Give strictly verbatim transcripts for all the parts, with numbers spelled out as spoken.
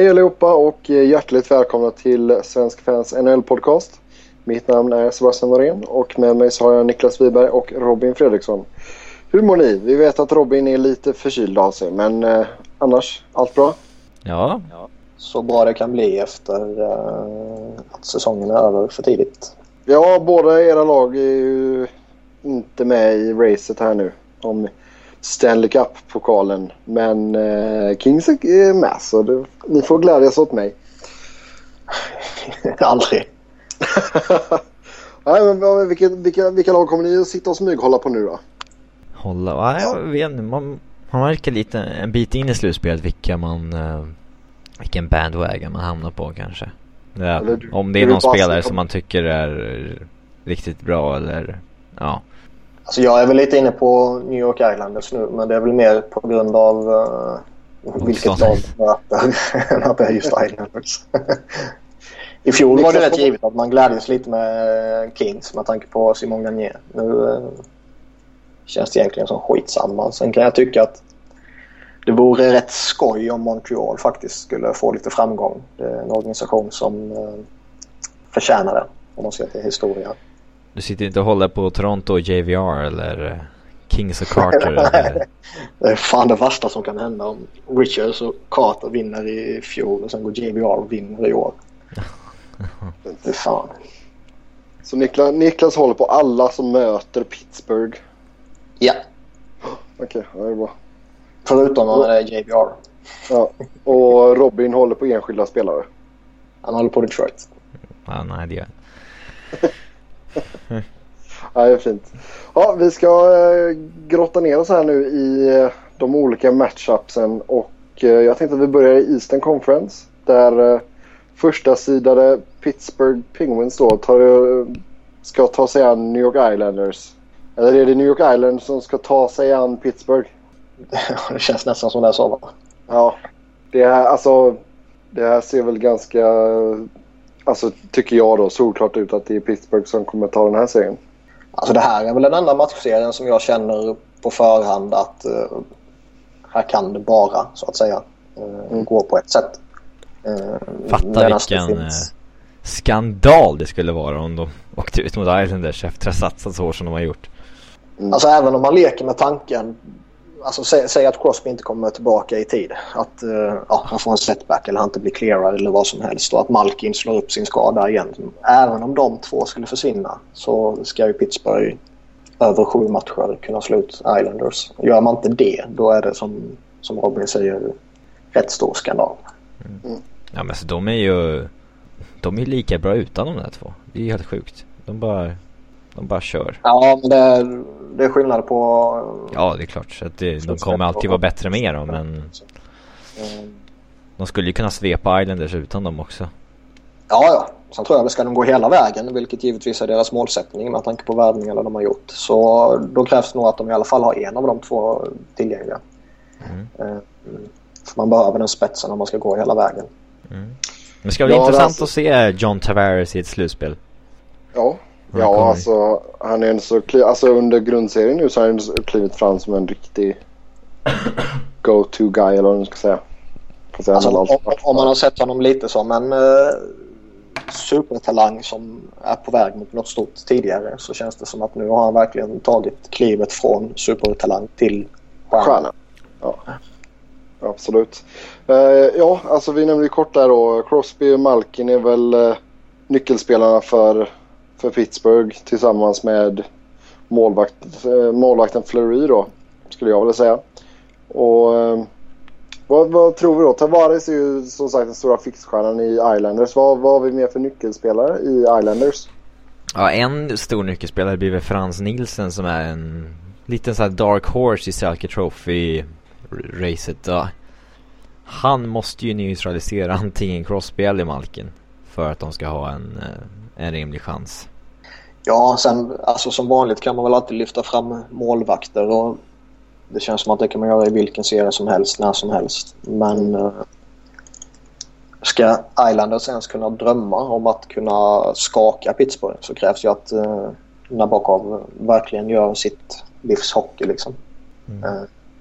Hej allihopa och hjärtligt välkomna till Svensk Fans N H L-podcast. Mitt namn är Sebastian Norén och med mig så har jag Niklas Wiberg och Robin Fredriksson. Hur mår ni? Vi vet att Robin är lite förkyld av sig, men eh, annars, allt bra? Ja. ja, så bra det kan bli efter uh, att säsongen är över för tidigt. Ja, båda era lag är ju inte med i racet här nu om Stanley Cup-pokalen, men eh, Kings är med, så det, ni får glädjas åt mig. Aldrig. Nej, men vilka, vilka, vilka lag kommer ni att sitta och smyghålla på nu då? Hålla, ja, jag vet inte, man, man märker lite en bit in i slutspelet vilka man, uh, vilken bandwagon man hamnar på kanske. Ja, du, om det är någon spelare som man tycker är riktigt bra eller ja. Alltså jag är väl lite inne på New York Islanders nu, men det är väl mer på grund av uh, vilket lag än att det är just Islanders. I fjol var det rätt givet att man glädjes lite med Kings med tanke på Simon Gagné. Nu uh, känns det egentligen som skitsamma. Sen kan jag tycka att det vore rätt skoj om Montreal faktiskt skulle få lite framgång. Det är en organisation som uh, förtjänar det, om man ser till historia. Du sitter inte och håller på Toronto och J V R eller Kings och Carter? Eller? Det är fan det värsta som kan hända om Richards och Carter vinner i fjol och sen går J V R och vinner i år. Det är fan. Så Niklas, Niklas håller på alla som möter Pittsburgh? Ja. Okej, okay, det är bra. Förutom när det är J V R. Ja. Och Robin håller på enskilda spelare? Han håller på Detroit. Ja, nej det gör Ja, det är fint. Ja, vi ska äh, grotta ner oss här nu i äh, de olika matchupsen och äh, jag tänkte att vi börjar i Eastern Conference där äh, första sidade Pittsburgh Penguins då tar, äh, ska ta sig an New York Islanders. Eller är det New York Islanders som ska ta sig an Pittsburgh? Det känns nästan som det är så, va? Ja, det här, alltså, det här ser väl ganska, alltså tycker jag då, solklart ut att det är Pittsburgh som kommer ta den här serien. Alltså det här är väl den enda matchserien som jag känner på förhand att uh, här kan det bara, så att säga, uh, mm. gå på ett sätt. Uh, Fatta vilken finns... skandal det skulle vara om de åkte ut mot Islanders efter att ha satsat så hårt som de har gjort. Mm. Alltså även om man leker med tanken, alltså säg, säg att Crosby inte kommer tillbaka i tid, att uh, ja, han får en setback eller han inte blir clearad eller vad som helst och att Malkin slår upp sin skada igen. Även om de två skulle försvinna så ska ju Pittsburgh över sju matcher kunna slå ut Islanders. Gör man inte det, då är det som, som Robin säger rätt stor skandal. Mm. Ja, men så de är ju de är lika bra utan de där två. Det är ju helt sjukt. De bara De bara kör. Ja, men det är, det är skillnad på... Ja, det är klart. Så att det, de kommer alltid vara bättre med dem, men de skulle ju kunna svepa Islanders utan dem också. Ja, ja. Sen tror jag att ska de gå hela vägen, vilket givetvis är deras målsättning med tanke på värvningarna de har gjort. Så då krävs det nog att de i alla fall har en av de två tillgängliga. Mm. För man behöver den spetsen om man ska gå hela vägen. Mm. Men det ska bli ja, intressant alltså... att se John Tavares i ett slutspel. Ja. Ja, alltså han är en så alltså under grundserien nu så har han klivit fram som en riktig go-to guy eller vad man ska säga. Alltså, om, om man har sett honom lite som en uh, supertalang som är på väg mot något stort tidigare, så känns det som att nu har han verkligen tagit klivet från supertalang till stjärna. stjärna. Ja. Absolut. Uh, ja, alltså vi nämnde ju kort där då. Crosby och Malkin är väl uh, nyckelspelarna för för Pittsburgh tillsammans med målvakt, målvakten Fleury då, skulle jag vilja säga. Och eh, vad, vad tror vi då? Tavares är ju som sagt den stora fixstjärnan i Islanders. Vad, vad har vi mer för nyckelspelare i Islanders? Ja, en stor nyckelspelare blir väl Frans Nielsen som är en liten sån här dark horse i Selke Trophy-racet. Ja. Han måste ju neutralisera antingen Crosby eller Malkin för att de ska ha en, en rimlig chans. Ja, sen alltså som vanligt kan man väl alltid lyfta fram målvakter och det känns som att det kan man göra i vilken serie som helst, när som helst. Men uh, ska Islanders ens kunna drömma om att kunna skaka Pittsburgh så krävs ju att uh, Nabokov verkligen gör sitt livshockey liksom. Mm. Uh,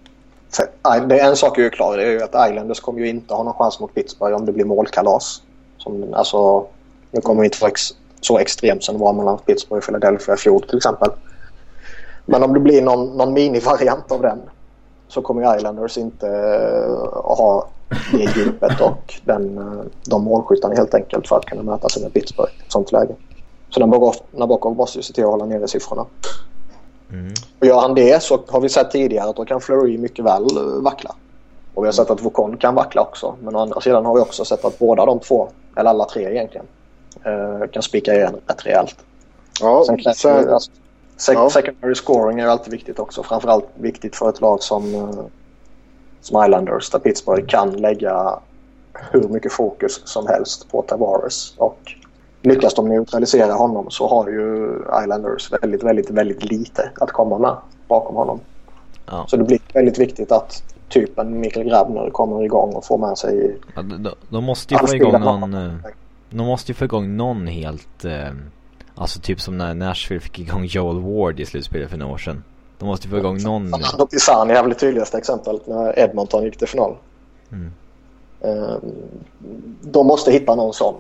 För, det är en sak jag är klar, det är ju att Islanders kommer ju inte ha någon chans mot Pittsburgh om det blir målkalas. Som, alltså, det kommer inte vara ex, så extremt som det var mellan Pittsburgh och Philadelphia i fjol till exempel. Men om det blir någon, någon mini-variant av den så kommer Islanders inte uh, ha det djupet och den, uh, de målskyttarna helt enkelt för att kunna möta sig med Pittsburgh i ett sånt läge. Så Nabokov, Nabokov måste ju se till att hålla nere siffrorna. Mm. Och gör han det så har vi sett tidigare att då kan Fleury mycket väl vackla. Och vi har sett att Vukon kan vackla också. Men å andra sidan har vi också sett att båda de två, eller alla tre egentligen, uh, kan spika igen rätt rejält. Ja, sen kan, sen, alltså, sec- ja. Secondary scoring är alltid viktigt också. Framförallt viktigt för ett lag som, uh, som Islanders där Pittsburgh kan lägga hur mycket fokus som helst på Tavares. Och lyckas de neutralisera honom så har ju Islanders väldigt, väldigt, väldigt lite att komma med bakom honom. Ja. Så det blir väldigt viktigt att typen Mikael Grabner kommer igång och får med sig... Ja, de, de måste ju få igång någon... De måste ju få igång någon helt... Eh, alltså typ som när Nashville fick igång Joel Ward i slutspelet för några år sedan. De måste ju få igång någon... Fernando Pisani är väl det tydligaste exemplet när Edmonton gick till final. Mm. Eh, de måste hitta någon sån.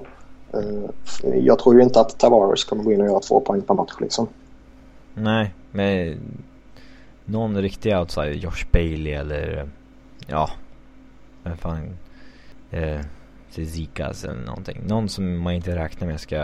Jag tror ju inte att Tavares kommer gå in och göra två poäng per match liksom. Nej, men någon riktig outsider, Josh Bailey eller ja, vad fan eh, Zikas eller någonting. Någon som man inte räknar med ska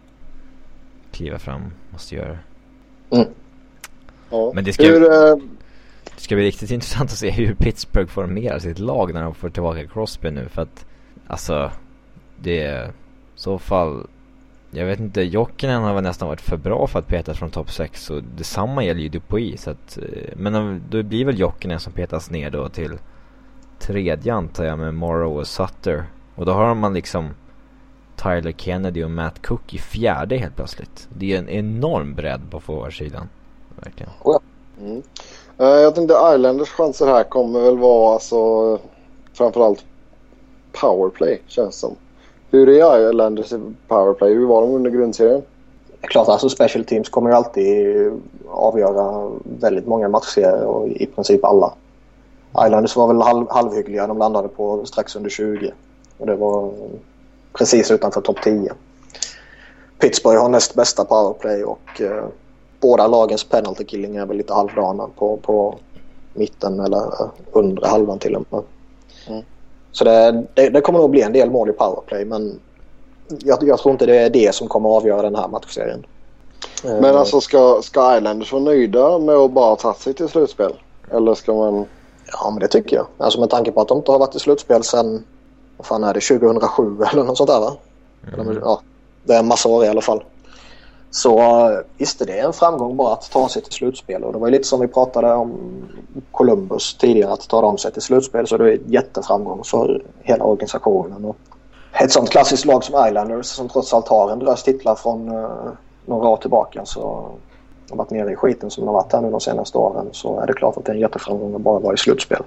kliva fram, måste göra. Mm. Ja. Men det ska, hur, det ska bli riktigt intressant att se hur Pittsburgh formerar sitt lag när de får tillbaka Crosby nu, för att alltså det är så fall, jag vet inte, Jokinen har nästan varit för bra för att petas från topp sex, och detsamma gäller ju Dupuis, så att, men då blir väl Jokinen som petas ner då till tredje antar jag med Morrow och Sutter, och då har man liksom Tyler Kennedy och Matt Cook i fjärde helt plötsligt. Det är en enorm bredd på forwardsidan verkligen. Mm. Uh, jag tänkte Islanders chanser här kommer väl vara alltså framförallt powerplay, känns som. Hur är Islanders i powerplay? Hur var de under grundserien? Det är klart, alltså special teams kommer ju alltid avgöra väldigt många matcher och i princip alla. Islanders var väl halv, halvhyggliga. De landade på strax under tjugo. Och det var precis utanför topp tio. Pittsburgh har näst bästa powerplay och eh, båda lagens penalty killing är väl lite halvdana på, på mitten eller eh, undre halvan till och med. Mm. Så det, det, det kommer nog bli en del mål i powerplay, men jag, jag tror inte det är det som kommer att avgöra den här matchserien. Men uh, alltså ska, ska Islanders vara nöjda med att bara ta sig till slutspel? Eller ska man... Ja, men det tycker jag. Alltså med tanke på att de inte har varit i slutspel sedan, vad fan är det, tjugohundrasju eller något sånt där va? Mm. Eller, ja, det är en massa år i alla fall. Så visst, det är en framgång bara att ta sig till slutspel. Och det var ju lite som vi pratade om Columbus tidigare, att ta dem sig till slutspel. Så det är en jätteframgång för hela organisationen. Och ett sånt klassiskt lag som Islanders som trots allt har en drös titlar från uh, några år tillbaka, så har varit nere i skiten som de har varit här nu de senaste åren, så är det klart att det är en jätteframgång att bara vara i slutspel.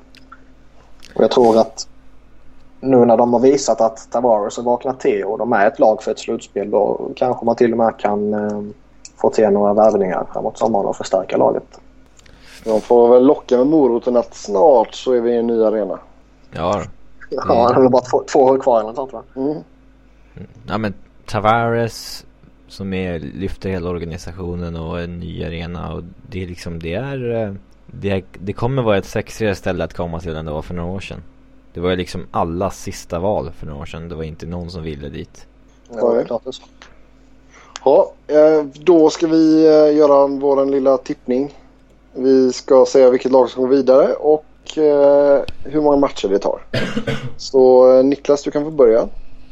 Och jag tror att nu när de har visat att Tavares har vaknat till och de är ett lag för ett slutspel, då kanske man till och med kan eh, få till några värvningar framåt sommaren och förstärka laget. De får väl locka med moroten att snart så är vi i en ny arena. Ja. Ja, det är bara två, två år kvar eller sånt va? Mm. Ja, men Tavares som är, lyfter hela organisationen och en ny arena, och det är liksom, det är det, det kommer vara ett sexigare ställe att komma till än det var för några år sedan. Det var ju liksom alla sista val för några år sedan. Det var inte någon som ville dit. Ja, det är klart det är så. Ja, då ska vi göra vår lilla tippning. Vi ska säga vilket lag som går vidare och hur många matcher det tar. Så Niklas, du kan få börja.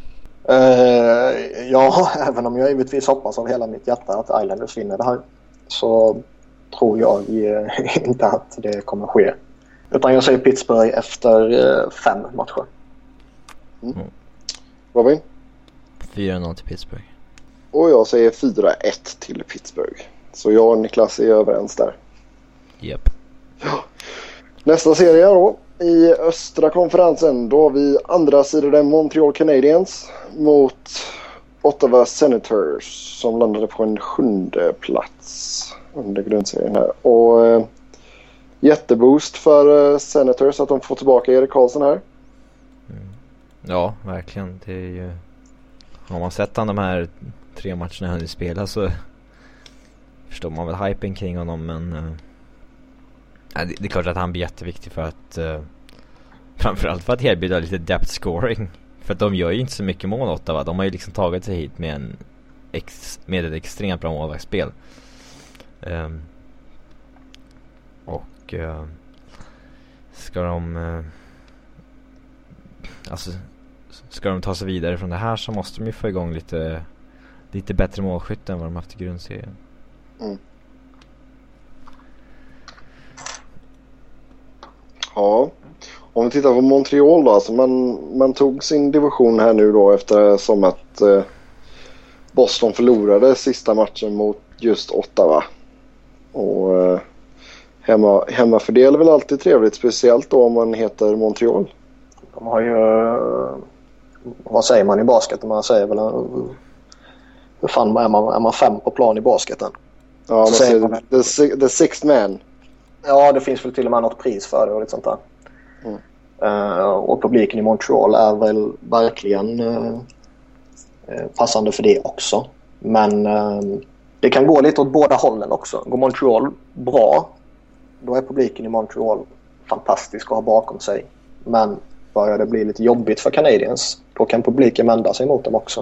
Uh, ja, även om jag givetvis hoppas av hela mitt hjärta att Islanders vinner det här, så tror jag inte att det kommer ske. Utan jag säger Pittsburgh efter uh, fem matcher. Mm. Mm. Robin? fyra noll till Pittsburgh. Och jag säger fyra ett till Pittsburgh. Så jag och Niklas är överens där. Japp. Yep. Ja. Nästa serie då. I östra konferensen då har vi andra sidan Montreal Canadiens mot Ottawa Senators som landade på en sjunde plats under grundserien här. Och eh, jätteboost för uh, Senators att de får tillbaka Erik Karlsson här. Mm. Ja, verkligen. Det är ju... Har man sett han de här tre matcherna han spelar så förstår man väl hypen kring honom, men uh, ja, det, det är klart att han blir jätteviktig för att uh, framförallt för att erbjuda lite depth scoring, för att de gör ju inte så mycket mål åtta, va? De har ju liksom tagit sig hit med en ex, med ett extremt bra målvaktsspel. Um, och uh, ska de uh, alltså ska de ta sig vidare från det här så måste de ju få igång lite lite bättre målskytte än vad de haft i grundserien. Mm. Ja, om vi tittar på Montreal då, så man, man tog sin division här nu då efter som att eh, Boston förlorade sista matchen mot just Ottawa. Och eh, hemma, hemmafördel är väl alltid trevligt, speciellt då om man heter Montreal. De har ju, vad säger man i basket? Man säger väl, hur fan är man, är man fem på plan i basketen? Ja, man säger man, the, the sixth man. Ja, det finns väl till och med något pris för det och lite sånt där. Mm. Uh, och publiken i Montreal är väl verkligen uh, passande för det också. Men uh, det kan gå lite åt båda hållen också. Går Montreal bra, då är publiken i Montreal fantastisk att ha bakom sig. Men börjar det bli lite jobbigt för Canadiens, då kan publiken vända sig mot dem också.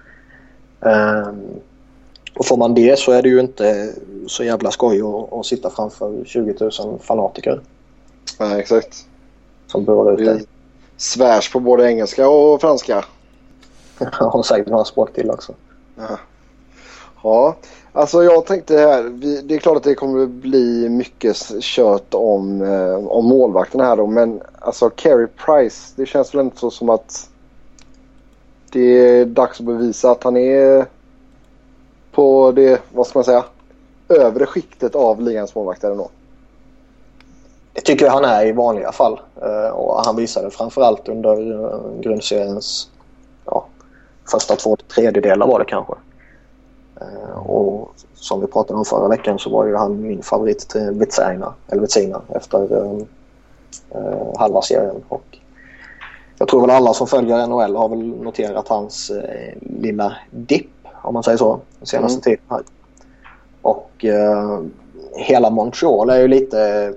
Uh, och får man det så är det ju inte så jävla skoj att, att sitta framför tjugo tusen fanatiker. Nej, exakt. Som bor ute. Svärs på både engelska och franska. Och säkert några språk till också. Ja. Ja, alltså jag tänkte här, vi, det är klart att det kommer bli mycket kött om, eh, om målvakten här då, men alltså Carey Price, det känns väl inte så som att det är dags att bevisa att han är på det, vad ska man säga, övre skiktet av ligans målvakter ändå. Det tycker jag han är i vanliga fall. Och han visade framförallt under grundseriens ja, första två tredjedelar var det kanske. Och som vi pratade om förra veckan så var ju han min favorit till Vitsina, eller Vitsina efter uh, halva serien. Och jag tror väl alla som följer N H L har väl noterat hans uh, lilla dipp, om man säger så, den senaste mm. tiden här. Och uh, hela Montreal är ju lite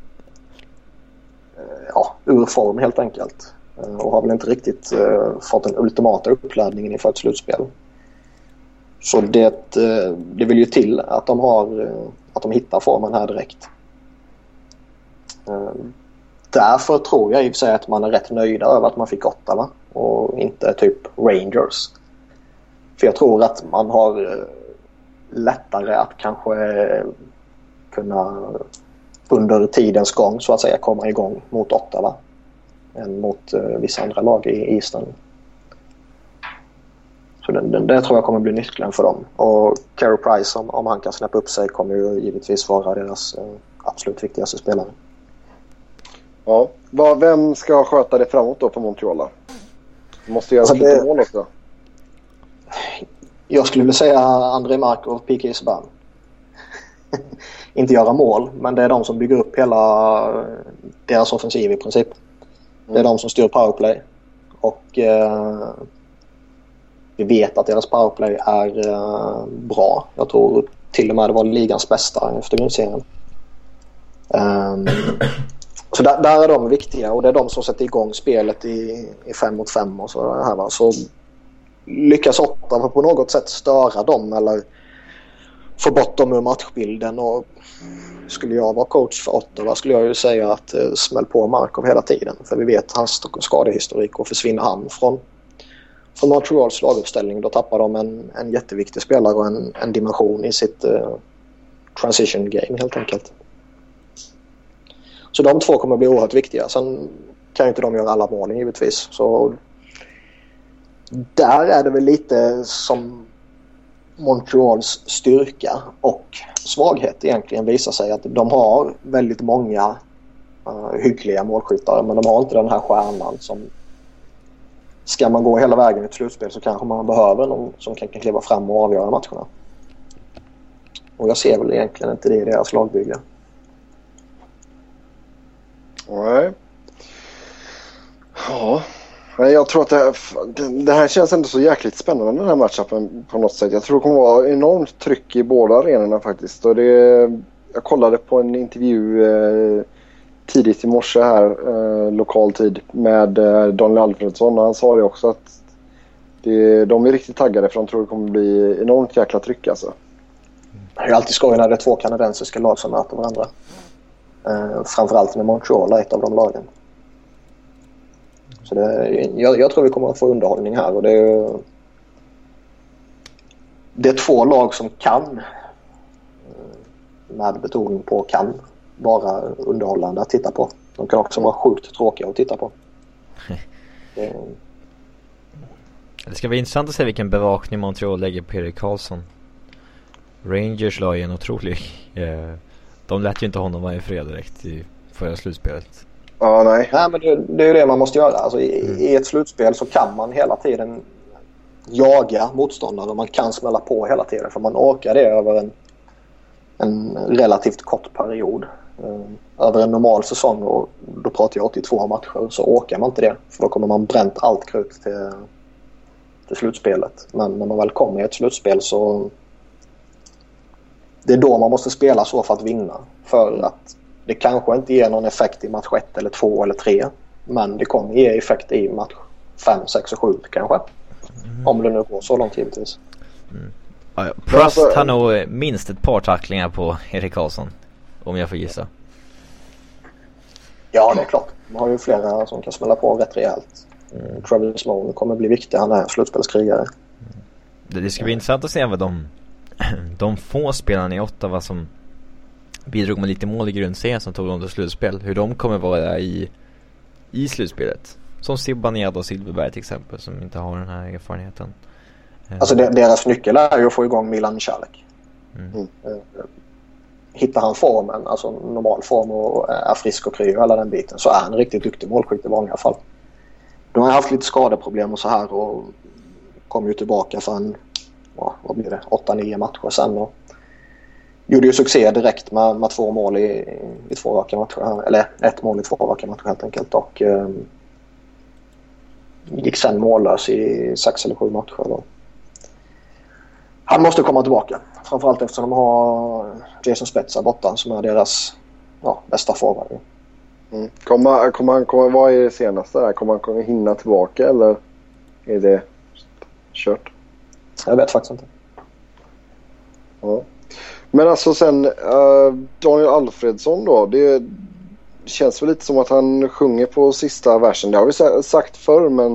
ja, ur form helt enkelt. Och har väl inte riktigt uh, fått den ultimata uppladdningen inför ett slutspel. Så det, uh, det vill ju till att de har uh, att de hittar formen här direkt. Uh, därför tror jag i och för sig att man är rätt nöjda över att man fick åtta, va? Och inte typ Rangers. För jag tror att man har uh, lättare att kanske uh, kunna under tidens gång så att säga komma igång mot Ottawa än mot uh, vissa andra lag i Eastern. Så det, det, det tror jag kommer bli nyckeln för dem. Och Carey Price, om, om han kan snäppa upp sig, kommer ju givetvis vara deras uh, absolut viktigaste spelare. Ja, Vad, vem ska sköta det framåt då på Montreal då? Måste göra alltså det... mål också. Jag skulle vilja säga André Mark och P K Subban. Inte göra mål, men det är de som bygger upp hela deras offensiv i princip. Mm. Det är de som styr powerplay. Och eh, vi vet att deras powerplay är eh, bra. Jag tror till och med det var ligans bästa efter grundserien. Um, så där, där är de viktiga, och det är de som sätter igång spelet i, i fem mot fem och så här, va? Så lyckas Ottawa på något sätt störa dem eller få bort dem ur matchbilden. Och skulle jag vara coach för Ottawa skulle jag ju säga att eh, smäll på Markov hela tiden, för vi vet hans skadehistorik, och försvinner han från, från Montreals laguppställning, då tappar de en, en jätteviktig spelare och en, en dimension i sitt eh, transition game helt enkelt. Så de två kommer att bli oerhört viktiga. Sen kan ju inte de göra alla målen givetvis. Så där är det väl lite som Montreals styrka och svaghet egentligen visar sig, att de har väldigt många uh, hyggliga målskyttar, men de har inte den här stjärnan som, ska man gå hela vägen i ett slutspel så kanske man behöver någon som kan kliva fram och avgöra matcherna. Och jag ser väl egentligen inte det i deras lagbygge. Nej. Ja. Jag tror att det här, det här känns ändå så jäkligt spännande, den här matchupen på något sätt. Jag tror det kommer vara enormt tryck i båda arenorna faktiskt. Och det, jag kollade på en intervju eh, tidigt i morse här, eh, lokal tid, med eh, Daniel Alfredsson. Han sa det också att det, de är riktigt taggade, för de tror det kommer bli enormt jäkla tryck alltså. Det är alltid skoj när det är två kanadensiska lag som möter varandra. Eh, framförallt med Montreal, ett av de lagen. Så det, jag, jag tror vi kommer att få underhållning här. Och det är, det är två lag som kan, med betoning på kan, vara underhållande att titta på. De kan också vara sjukt tråkiga att titta på. Det, det ska bli intressant att se vilken bevakning Montreal lägger på Erik Karlsson. Rangers la ju en otrolig... Eh, de lät ju inte honom vara i fred direkt i förra slutspelet. Ja, nej. Nej, men det, det är ju det man måste göra. Alltså, i, mm. I ett slutspel så kan man hela tiden jaga motståndare och man kan smälla på hela tiden, för man orkar det över en, en relativt kort period. Um, över en normal säsong, och då pratar jag åttiotvå matcher, så orkar man inte det, för då kommer man bränt allt krut till, till slutspelet. Men när man väl kommer i ett slutspel så det är då man måste spela så för att vinna, för att det kanske inte ger någon effekt i match ett eller två eller tre, men det kommer ge effekt i match fem, sex och sju kanske. Mm. Om det nu går så långt givetvis. Mm. Ja, ja. Prost har nog minst ett par tacklingar på Erik Karlsson, om jag får gissa. Ja, det är klart. Man har ju flera som kan smälla på rätt rejält. Mm. Travis Moan kommer bli viktig, han är slutspelskrigare. Mm. Det, det ska bli intressant att se vad de, de få spelarna i Ottawa som bidrog med lite mål i grundserien som tog dem till slutspel, hur de kommer vara i, i slutspelet. Som Zibanejad och Silverberg till exempel, som inte har den här erfarenheten. Alltså deras nyckel är ju att få igång Milan Michalek. Mm. Hittar han formen, alltså normal form, och är frisk och kry och alla den biten, så är han riktigt duktig målskytt i vanliga fall. De har haft lite skadeproblem och så här, och kom ju tillbaka för en, ja, vad blir det, åtta nio matcher sen, och gjorde ju succé direkt med, med två mål i, i två raka matcher, eller ett mål i två raka matcher helt enkelt, och um, gick sen mållös i sex eller sju matcher då. Han måste komma tillbaka, framförallt eftersom de har Jason Spezza borta, som är deras ja, bästa forward. Mm. Kommer, kommer han, kommer, vad är det senaste där? Kommer han kommer hinna tillbaka, eller är det kört? Jag vet faktiskt inte. Ja. Men alltså sen uh, Daniel Alfredsson då, det känns väl lite som att han sjunger på sista versen. Det har vi sagt förr, men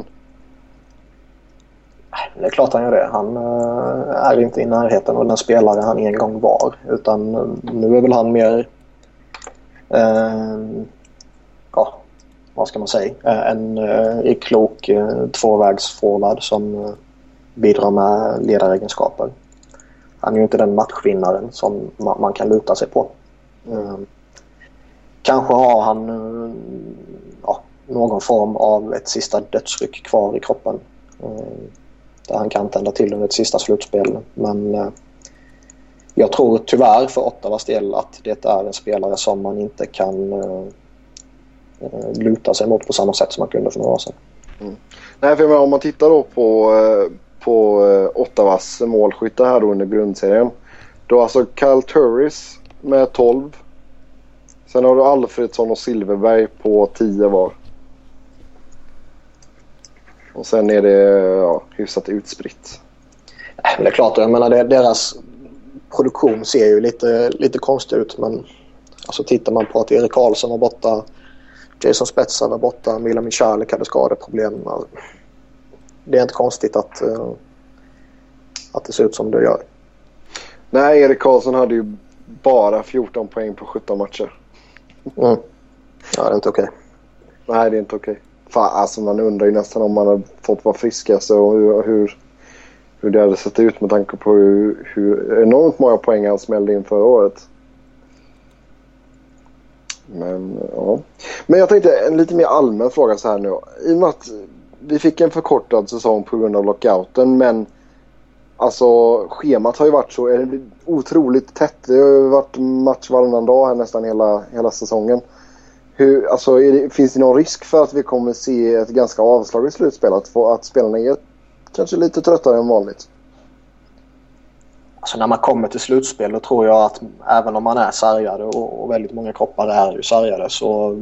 det är klart han gör det. Han uh, är inte i närheten av den spelare han en gång var, utan uh, nu är väl han mer uh, ja, vad ska man säga, uh, en uh, klok uh, tvåvägsforward som uh, bidrar med ledaregenskaper. Han är ju inte den matchvinnaren som man, man kan luta sig på. Mm. Kanske har han uh, ja, någon form av ett sista dödsryck kvar i kroppen. Uh, där han kan tända till under ett sista slutspel. Men uh, jag tror tyvärr för Ottawas del att det är en spelare som man inte kan uh, uh, luta sig mot på samma sätt som man kunde för några år sedan. Mm. Nej, för om man tittar då på... Uh... på Ottawas målskytte här då under grundserien. Då alltså Kyle Turris med tolv. Sen har du Alfredsson och Silverberg på tio var. Och sen är det ja, hyfsat utspritt. Det är klart, jag menar det, deras produktion ser ju lite, lite konstigt ut, men alltså tittar man på att Erik Karlsson var borta, Jason Spezza var borta, Milan Michalek hade skadeproblem. Det är inte konstigt att, uh, att det ser ut som det gör. Nej, Erik Karlsson hade ju bara fjorton poäng på sjutton matcher. Mm. Ja, det är inte okej. Okay. Nej, det är inte okej. Okay. Fan, alltså man undrar ju nästan om man hade fått vara friskast och hur, hur, hur det hade sett ut med tanke på hur, hur enormt många poäng han smällde in förra året. Men ja. Men jag tänkte en lite mer allmän fråga så här nu. I och med att vi fick en förkortad säsong på grund av lockouten, men alltså schemat har ju varit så otroligt tätt. Det har ju varit match varannan dag här nästan hela, hela säsongen. hur, alltså, är det, finns det någon risk för att vi kommer se ett ganska avslaget slutspel? Att, få, att spelarna är kanske lite tröttare än vanligt? Alltså när man kommer till slutspel då tror jag att även om man är sargade och, och väldigt många kroppar är ju sargade, så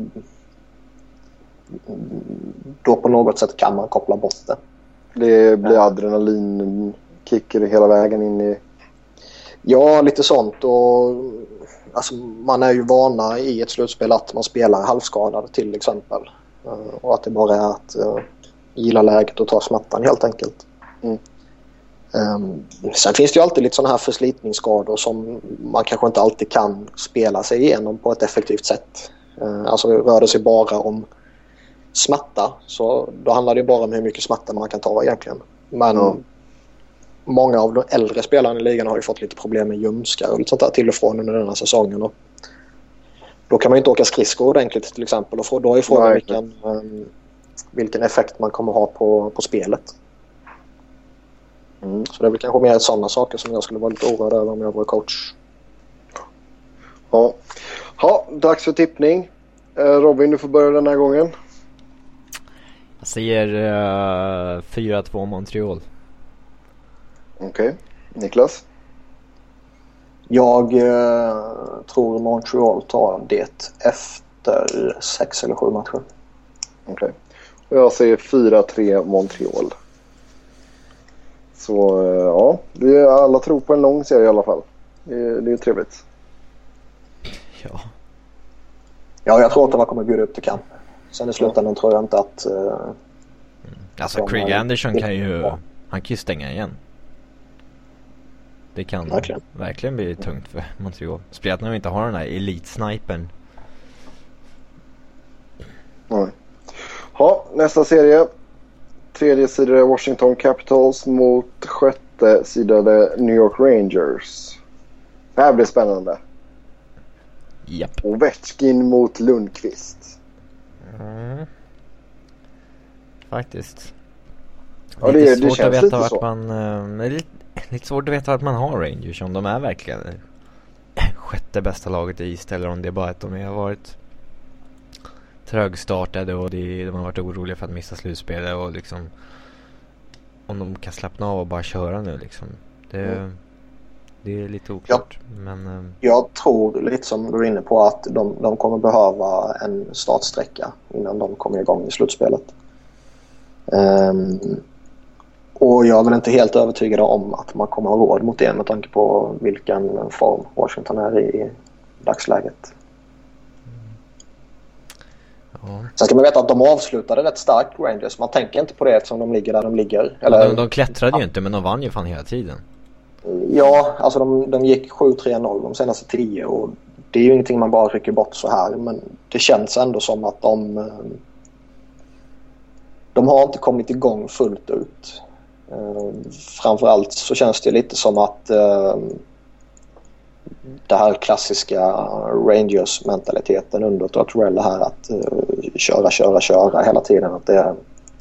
då på något sätt kan man koppla bort det. Det blir adrenalinkicker hela vägen in i... Ja, lite sånt. Och alltså, man är ju vana i ett slutspel att man spelar halvskadad till exempel. Och att det bara är att uh, gilla läget och ta smärtan helt enkelt. Mm. Um, sen finns det ju alltid lite sådana här förslitningsskador som man kanske inte alltid kan spela sig igenom på ett effektivt sätt. Uh, alltså rör det sig bara om smärta, så då handlar det bara om hur mycket smärta man kan ta egentligen. Men mm. många av de äldre spelarna i ligan har ju fått lite problem med ljumskar och lite sånt där till och från under den här säsongen. Och då kan man ju inte åka skridskor ordentligt till exempel, och då är frågan vilken, um, vilken effekt man kommer ha på, på spelet. Mm. Så det är väl kanske mer sådana saker som jag skulle vara lite oroad över om jag var coach. Ja, ja, dags för tippning. eh, Robin, du får börja den här gången. Jag säger uh, fyra två Montreal. Okej, okay. Niklas? Jag uh, tror Montreal tar det efter sex eller sju matcher. Okej, okay. Och jag säger fyra tre Montreal. Så uh, ja, vi alla tror på en lång serie i alla fall. Det, det är trevligt. Ja. Ja, jag tror att de kommer bjuda upp till kamp. Sen i slutändan tror jag inte att... Uh, mm. Alltså Craig Anderson kan ju... Ja. Han kan ju stänga igen. Det kan verkligen, verkligen bli tungt för Montreal. Spelat när de inte har den här elitsnipern. Nej. Ja, nästa serie. Tredje sidade Washington Capitals mot sjätte sidade New York Rangers. Det här blir spännande. Japp. Ovechkin mot Lundqvist. Mm. Faktiskt. Ja, lite det, det svårt känns att veta lite vart så. man äh, lite, lite svårt att veta vart man har Rangers, om de är verkligen sjätte bästa laget i East eller om det är bara att de har varit trögstartade och det, de har varit oroliga för att missa slutspelet, och liksom om de kan slappna av och bara köra nu liksom. Det, mm. det är lite oklart. Ja. Men äh, jag tror lite som du är inne på att de, de kommer behöva en startsträcka innan de kommer igång i slutspelet. Um, och jag är väl inte helt övertygad om att man kommer ha råd mot det med tanke på vilken form Washington är i dagsläget. Ja. Sen ska man veta att de avslutade rätt starkt Rangers. Man tänker inte på det eftersom de ligger där de ligger. Eller, ja, de, de klättrade ja. ju inte, men de vann ju fan hela tiden. Ja, alltså de, de gick sju tre noll de senaste tio, och det är ju ingenting man bara rycker bort så här, men det känns ändå som att de de har inte kommit igång fullt ut. Uh, framförallt så känns det lite som att uh, det här klassiska Rangers-mentaliteten under Tortorella här att uh, köra, köra, köra hela tiden, att det,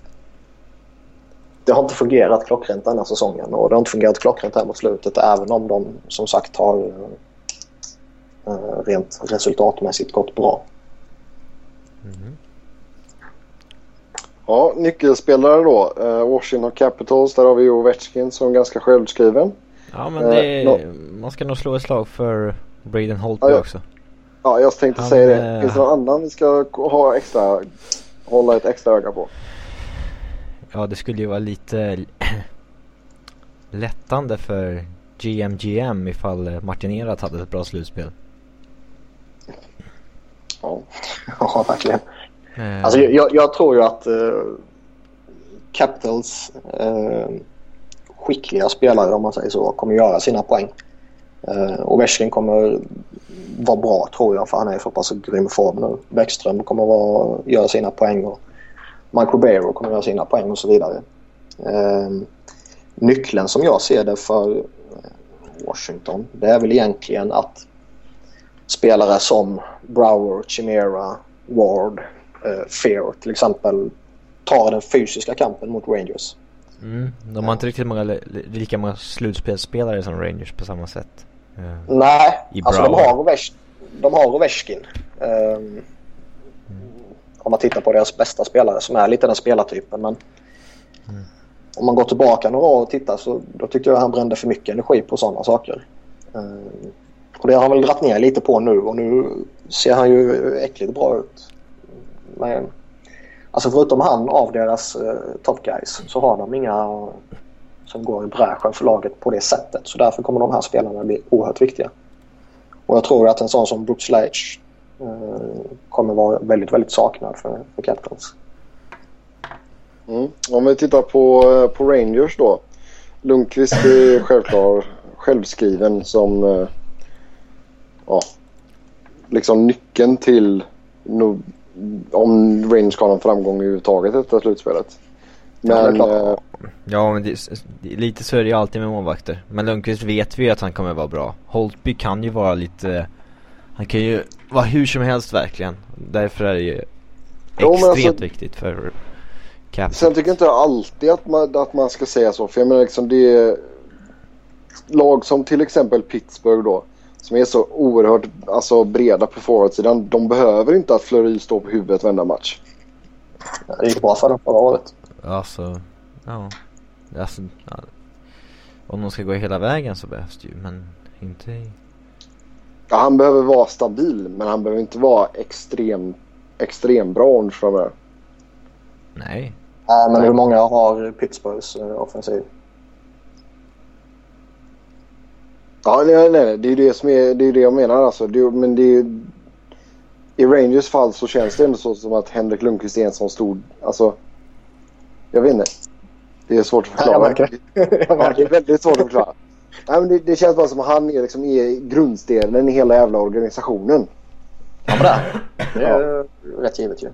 det har inte fungerat klockrent den här säsongen, och det har inte fungerat klockrent här mot slutet, även om de som sagt har uh, rent resultatmässigt gått bra. Mm. Ja, nyckelspelare då. Uh, Washington Capitals, där har vi ju Ovechkin som ganska självskriven. Ja, men det är, uh, no. man ska nog slå ett slag för Braden Holtby ja, också. Ja, jag tänkte Han, säga det. Finns det någon annan vi ska ha extra, hålla ett extra öga på? Ja, det skulle ju vara lite lättande för G M G M ifall Martin Erat hade ett bra slutspel. Ja, ja verkligen. Uh, alltså, jag, jag tror ju att uh, Capitals uh, skickliga spelare, om man säger så, kommer göra sina poäng. Uh, och Ovechkin kommer vara bra, tror jag, för han är i så pass grym form nu. Bäckström kommer vara, göra sina poäng, och Mike Ribeiro kommer göra sina poäng och så vidare. Uh, nyckeln som jag ser det för Washington, det är väl egentligen att spelare som Brouwer, Chimera, Ward, uh, Fear till exempel tar den fysiska kampen mot Rangers. Mm, de har inte riktigt många, lika många slutspelsspelare som Rangers på samma sätt. Uh, Nej, alltså de har, Ovesh, de har Ovechkin. Um, om man tittar på deras bästa spelare som är lite den spelartypen. Men mm. om man går tillbaka några år och tittar så då tyckte jag han brände för mycket energi på sådana saker. Uh, och det har han väl dratt ner lite på nu och nu ser han ju äckligt bra ut. Men alltså förutom han av deras uh, top guys så har de inga som går i bräschen för laget på det sättet. Så därför kommer de här spelarna bli oerhört viktiga. Och jag tror att en sån som Brooks Leach uh, kommer vara väldigt, väldigt saknad för, för Capitals. Mm. Om vi tittar på, på Rangers då. Lundqvist är självklart självskriven som uh, ja, liksom nyckeln till no, om Rangers ska ha en framgång överhuvudtaget efter slutspelet. Men, ja, ja, men det, lite så är det ju alltid med målvakter. Men Lundqvist vet vi att han kommer vara bra. Holtby kan ju vara lite... Han kan ju vara hur som helst verkligen. Därför är det ju jo, extremt alltså, viktigt för Capitals. Sen tycker jag inte alltid att man, att man ska säga så. För jag menar liksom det är lag som till exempel Pittsburgh då. Som är så oerhört alltså, breda på forwardsidan. De behöver inte att Fleury står på huvudet varenda match. Ja, det gick bra för dem förra året. Alltså, ja. Alltså, ja. Om de ska gå hela vägen så behövs det ju, men inte... Ja, han behöver vara stabil, men han behöver inte vara extrem, extrem bra om framöver. Nej. Nej, men hur många har Pittsburghs uh, offensiv? Ja, nej, nej, det är det som är, det är det jag menar alltså. Det, men det är, i Rangers fall så känns det ändå så som att Henrik Lundqvist är en sån stor, alltså jag vet inte. Det är svårt att förklara. Jag märker det. Jag märker det är väldigt svårt att förklara. Nej, men det, det känns bara som att han är liksom är grundstenen i hela jävla organisationen. Ja, men det, det är ja. rätt givet ju.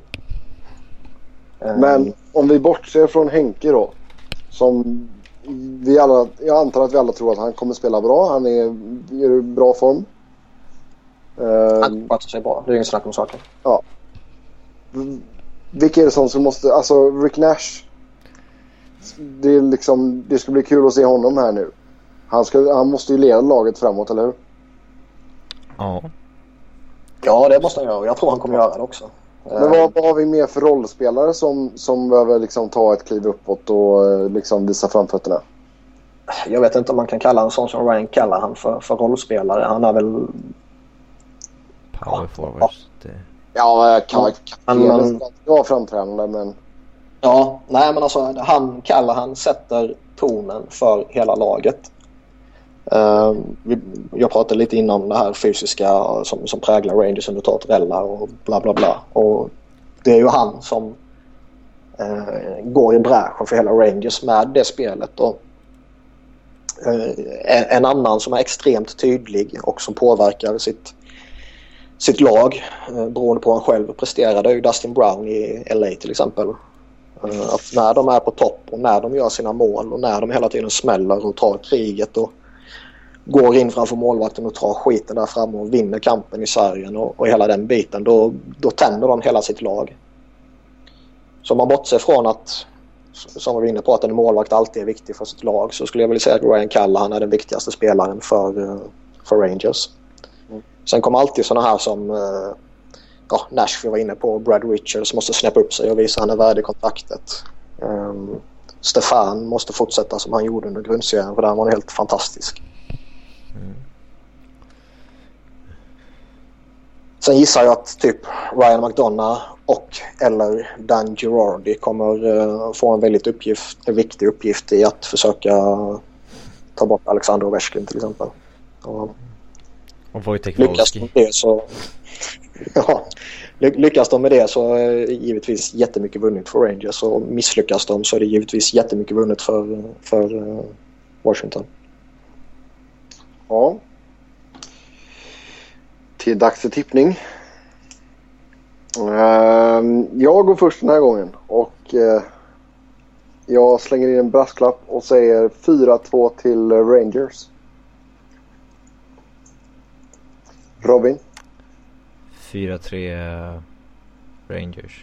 Men om vi bortser från Henke då, som vi alla, jag antar att vi alla tror att han kommer spela bra. Han är i bra form. Han sköter sig bra. Det är ingen snack om saken. Ja. Vilka är det som, som måste... Alltså Rick Nash. Det, är liksom, det ska bli kul att se honom här nu. Han, ska, han måste ju leda laget framåt, eller hur? Ja. Ja, det måste han göra. Jag tror han kommer göra det också. Men vad, vad har vi mer för rollspelare som, som behöver liksom ta ett kliv uppåt och liksom visa framfötterna? Jag vet inte om man kan kalla en sån som Ryan kallar han för, för rollspelare. Han är väl... Power forwards. Ja, ja jag kan inte vara framträdande, men... Ja, nej men alltså han kallar han sätter tonen för hela laget. Uh, vi, jag pratade lite innan om det här fysiska som, som präglar Rangers under Tortorella och bla bla bla. Och det är ju han som uh, går i bräschen för hela Rangers med det spelet. Och, uh, en, en annan som är extremt tydlig och som påverkar sitt, sitt lag uh, beroende på vad han själv presterade är ju Dustin Brown i L A till exempel. Uh, att när de är på topp och när de gör sina mål och när de hela tiden smäller och tar kriget och går in framför målvakten och tar skiten där framme och vinner kampen i sargen och, och hela den biten, då, då tänder de hela sitt lag. Så om man bortser från att, som vi var inne på, att en målvakt alltid är viktig för sitt lag, så skulle jag vilja säga att Ryan Callahan är den viktigaste spelaren för, för Rangers. Mm. Sen kommer alltid såna här som ja, Nash vi var inne på, Brad Richards måste snäppa upp sig och visa han är värdig kontraktet. Um, Stefan måste fortsätta som han gjorde under grundserien, för där var han helt fantastisk. Mm. Sen gissar jag att typ Ryan McDonough och eller Dan Girardi kommer uh, få en väldigt uppgift, en viktig uppgift i att försöka ta bort Alexander Ovechkin till exempel. Och, och Wojtek lyckas de med det så ja, lyckas de med det så är det givetvis jättemycket vunnet för Rangers, och misslyckas de så är det givetvis jättemycket vunnet för, för uh, Washington. Ja. Till dags för tippning. Uh, jag går först den här gången och uh, jag slänger in en brasklapp och säger fyra två till Rangers. Robin? fyra tre Rangers.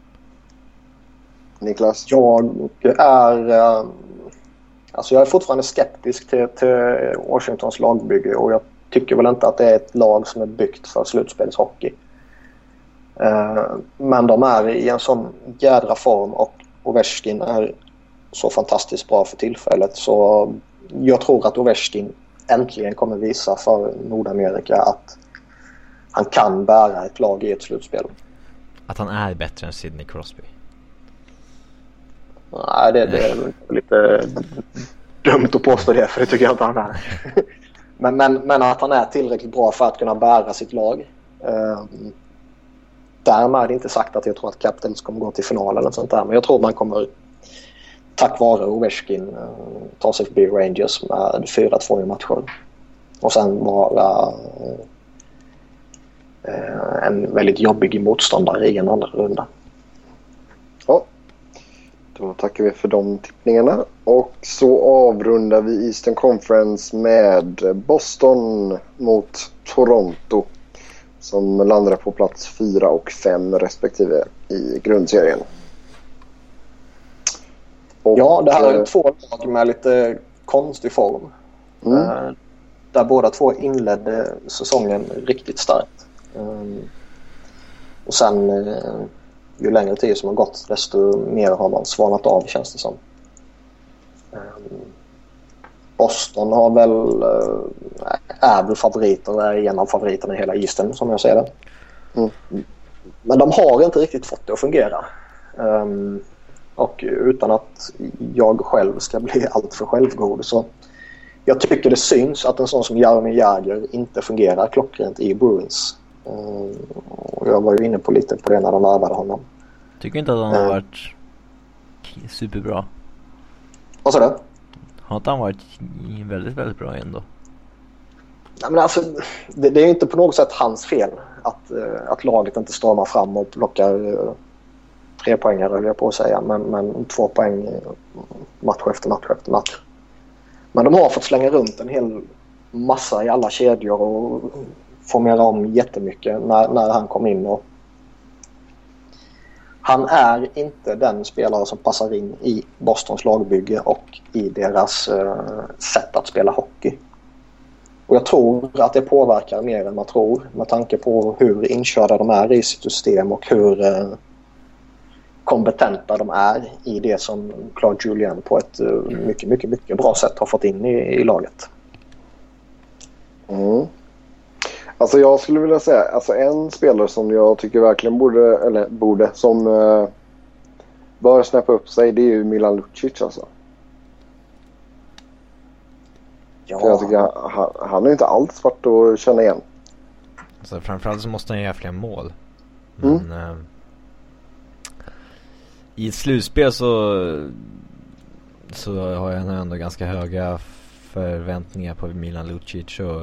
Niklas? Jag är uh, alltså jag är fortfarande skeptisk till, till Washingtons lagbygge, och jag tycker väl inte att det är ett lag som är byggt för slutspelshockey. Uh, men de är i en sån jädra form och Ovechkin är så fantastiskt bra för tillfället, så jag tror att Ovechkin äntligen kommer visa för Nordamerika att han kan bära ett lag i ett slutspel. Att han är bättre än Sidney Crosby? Nej, det, det är lite dumt att påstå det, för det tycker jag inte han är. men, men, men att han är tillräckligt bra för att kunna bära sitt lag. Um, därmed är det inte sagt att jag tror att Capitals kommer gå till final eller sånt där, men jag tror man kommer tack vare Ovechkin uh, ta sig förbi Rangers med fyra två i matcher och sen vara uh, en väldigt jobbig motståndare i en andra runda. Ja, då tackar vi för de tippningarna och så avrundar vi Eastern Conference med Boston mot Toronto som landar på plats fyra och fem respektive i grundserien. Och, ja, det här är två lag med lite konstig form. Mm. Uh, där båda två inledde säsongen riktigt starkt. Um, och sen uh, ju längre tid som har gått desto mer har man svanat av, känns det som. Um, Boston har väl uh, är väl favoriter, är en av favoriterna i hela Eastern som jag ser det. Mm. Men de har inte riktigt fått det att fungera. Um, och utan att jag själv ska bli allt för självgod, så jag tycker det syns att en sån som Jaromir Jagr inte fungerar klockrent i Bruins. Um, och jag var ju inne på lite på det när de värvade honom. Tycker inte att han har varit superbra. Vad sa du? Har inte han varit väldigt, väldigt bra ändå? Nej, men alltså, det, det är inte på något sätt hans fel att, att laget inte stormar fram och plockar tre poängare, höll jag på att säga. Men, men två poäng match efter match efter match. Men de har fått slänga runt en hel massa i alla kedjor och formera om jättemycket när, när han kom in. Och han är inte den spelare som passar in i Bostons lagbygge och i deras uh, sätt att spela hockey. Och jag tror att det påverkar mer än man tror med tanke på hur inkörda de är i sitt system och hur uh, kompetenta de är i det som Claude Julien på ett uh, mycket, mycket, mycket bra sätt har fått in i, i laget. Mm. Alltså jag skulle vilja säga, alltså en spelare som jag tycker verkligen borde, eller borde, som uh, bör snäppa upp sig, det är ju Milan Lucic alltså. Ja. För jag tycker han, han är inte alls svårt att känna igen. Alltså framförallt så måste han göra fler mål. Men mm. uh, i ett slutspel så så har jag ändå ganska höga förväntningar på Milan Lucic och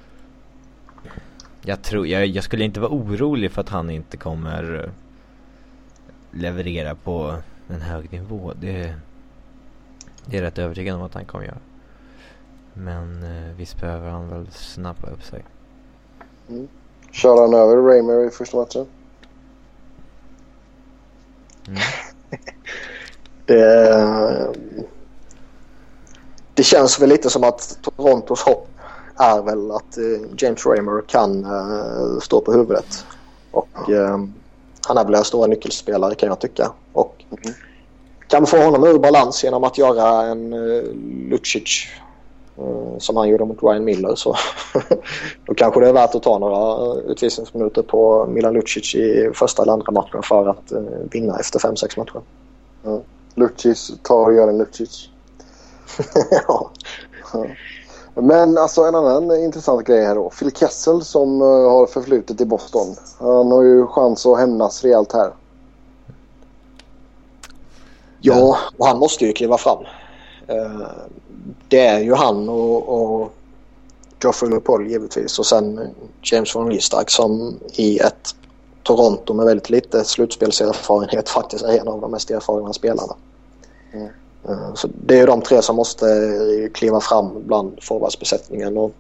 Jag tror jag, jag skulle inte vara orolig för att han inte kommer leverera på en hög nivå. Det, det är rätt övertygad om att han kommer göra. Men eh, visst behöver han väl snabba upp sig. Mm. Kör han över Reimer i första matchen? Mm. det, det känns väl lite som att Torontos hopp är väl att uh, James Reimer kan uh, stå på huvudet. Och uh, han är väl en stor nyckelspelare, kan jag tycka. Och mm. kan få honom ur balans genom att göra en uh, Lucic uh, som han gjorde mot Ryan Miller. Så då kanske det är värt att ta några utvisningsminuter på Milan Lucic i första eller andra matchen för att uh, vinna efter fem sex matcher. Mm. Lucic tar och gör en Lucic. ja. ja. Men alltså en annan intressant grej här då. Phil Kessel som uh, har förflutit i Boston. Han har ju chans att hämnas rejält här. Ja, och han måste ju kliva fram. Uh, det är ju han och, och Geoffrey LePaul givetvis. Och sen James von Riestad som i ett Toronto med väldigt lite slutspelserfarenhet faktiskt är en av de mest erfarna spelarna. Mm. Så det är de tre som måste kliva fram bland forwardsbesättningen, och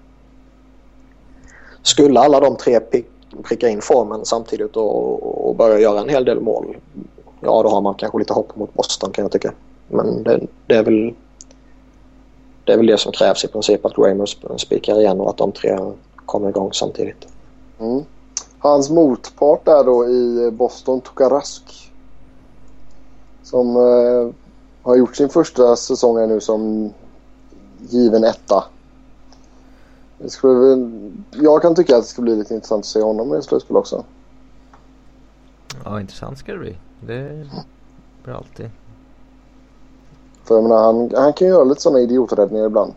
skulle alla de tre pricka in formen samtidigt och, och börja göra en hel del mål, ja då har man kanske lite hopp mot Boston, kan jag tycka. Men det, det är väl det är väl det som krävs i princip, att Reimer spikar igen och att de tre kommer igång samtidigt. Mm. Hans motpart där då i Boston, Tuukka Rask, som eh, har gjort sin första säsong här nu som given etta. Det skulle väl, jag kan tycka att det ska bli lite intressant att se honom i slutspel också. Ja, intressant ska det bli. Det blir alltid. För jag menar, han, han kan göra lite sådana idioträddningar ibland.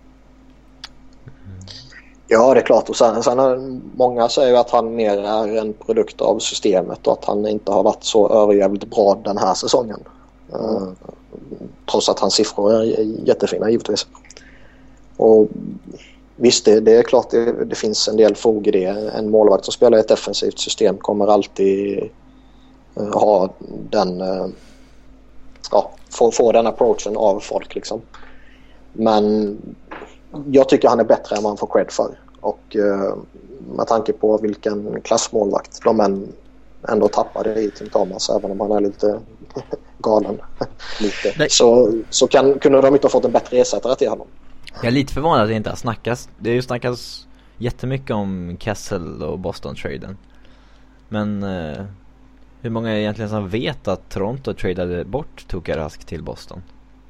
Ja, det är klart. Och sen, sen är, många säger att han mer är en produkt av systemet och att han inte har varit så överjävligt bra den här säsongen. Mm. Uh, trots att hans siffror är jättefina givetvis. Och visst, det, det är klart det, det finns en del fog i det. En målvakt som spelar i ett defensivt system kommer alltid uh, ha den uh, ja, få, få den approachen av folk liksom. Men jag tycker han är bättre än man får cred för. Och uh, med tanke på vilken klassmålvakt de än ändå tappade i Tim Thomas, även om han är lite galen lite. Så, så kan, kunde de inte ha fått en bättre ersättare till honom. Jag är lite förvånad att det inte har snackats. Det är ju snackas jättemycket om Kessel och Boston-traden. Men uh, hur många är egentligen som vet att Toronto tradade bort Tuukka Rask till Boston?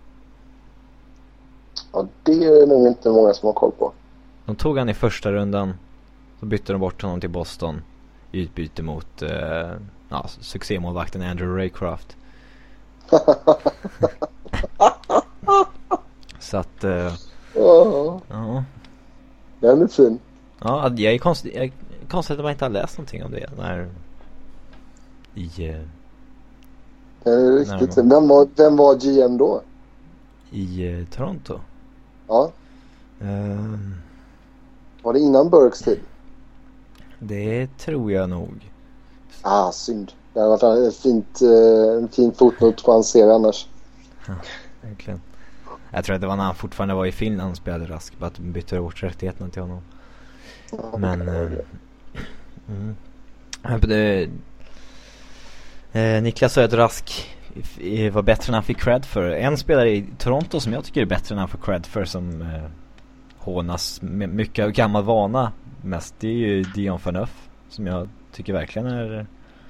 Ja, det är nog inte många som har koll på. De tog han i första rundan, så bytte de bort honom till Boston i utbyte mot uh, ja, succémålvakten Andrew Raycroft. Så att uh, ja. Ja. Den är fin. Ja, jag är konstigt, jag är konstigt att man inte har läst någonting om det när i uh, det är riktigt. Vem var, vem var G M då? I uh, Toronto. Ja. Uh, var det innan Burks tid? Det tror jag nog. Ah, synd. Det hade varit ett fint, en fin fotnot på hans serie annars. Ja, verkligen. Jag tror att det var när han fortfarande var i Finland och spelade Rask, bara att de bytte bort rättigheterna till honom. Men uh, mm. det, uh, Niklas sa att Rask var bättre än han fick cred för. En spelare i Toronto som jag tycker är bättre än han får cred för, som uh, hånas med mycket av gammal vana mest, det är ju Dion Phaneuf, som jag tycker verkligen är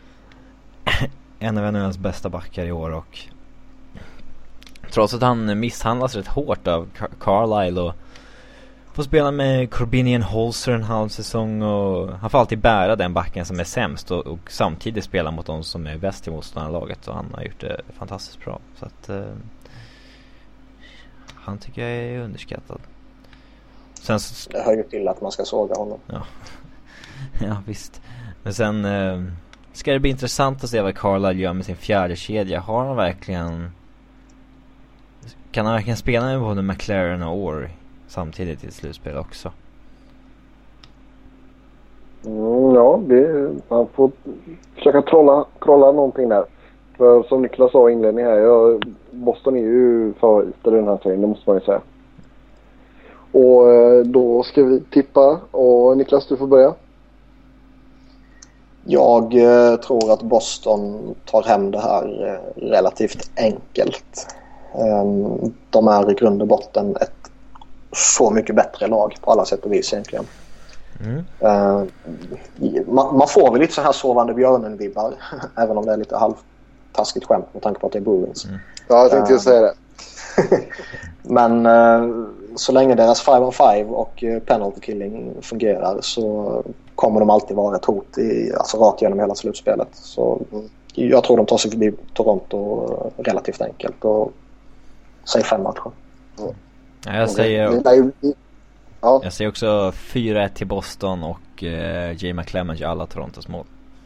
en av N H L:s bästa backar i år. Och trots att han misshandlas rätt hårt av Car- Carlisle och får spela med Corbinian Holzer en halv säsong, och han får alltid bära den backen som är sämst och, och samtidigt spela mot de som är bäst i motståndarlaget, och han har gjort det fantastiskt bra. Så att uh, han tycker jag är underskattad. Sen så, det hör ju till att man ska såga honom. Ja, ja visst. Men sen uh, ska det bli intressant att se vad Carlisle gör med sin fjärde kedja. Har han verkligen Kan han verkligen spela med både McLaren och Orr samtidigt i slutspel också? Mm, ja, det, man får försöka trolla, trolla någonting där. För som Niklas sa i inledningen här, jag, Boston är ju favorit i den här serien, det måste man ju säga. Och då ska vi tippa, och Niklas, du får börja. Jag eh, tror att Boston tar hem det här eh, relativt enkelt. Um, de är i grund och botten ett så mycket bättre lag på alla sätt och vis egentligen. Mm. Uh, man, man får väl lite så här sovande björnen-vibbar även om det är lite halvtaskigt skämt med tanke på att det är Bruins. Mm. Ja, jag tänkte uh, säga det. Men uh, så länge deras five on five och uh, penalty killing fungerar så kommer de alltid vara ett hot i, alltså rakt genom hela slutspelet. Så mm. jag tror de tar sig förbi Toronto relativt enkelt och säg fem matcher. Ja. Ja, jag säger ja. Jag säger också fyra ett till Boston och uh, Jay McClement gör alla Torontos mål.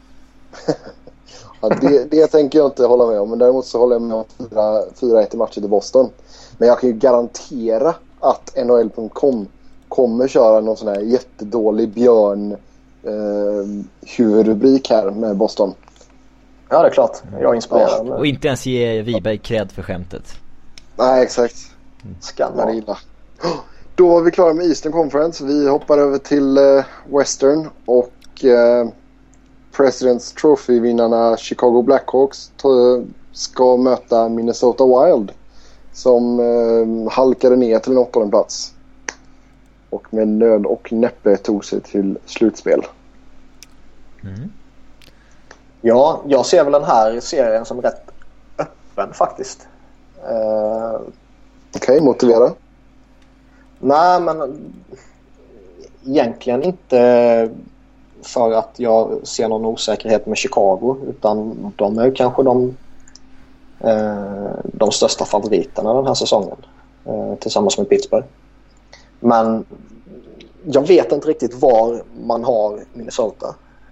Ja, det, det tänker jag inte hålla med om, men däremot så håller jag med om fyra ett i matcher till Boston. Men jag kan ju garantera att N H L punkt com kommer köra någon sån här jättedålig björn eh, huvudrubrik här med Boston. Ja, det är klart. Jag är inspirerad. Ja. Och inte ens ge Wiberg cred för skämtet. Nej, exakt. Skandal. Då var vi klara med Eastern Conference. Vi hoppar över till uh, Western, och uh, President's Trophy-vinnarna Chicago Blackhawks t- ska möta Minnesota Wild, som uh, halkade ner till en åttonde plats och med nöd och näppe tog sig till slutspel. Mm. Ja, jag ser väl den här serien som rätt öppen faktiskt. Uh, Okej, okay, motivera. Nej, men egentligen inte för att jag ser någon osäkerhet med Chicago, utan de är kanske de, uh, de största favoriterna den här säsongen uh, tillsammans med Pittsburgh. Men jag vet inte riktigt var man har Minnesota.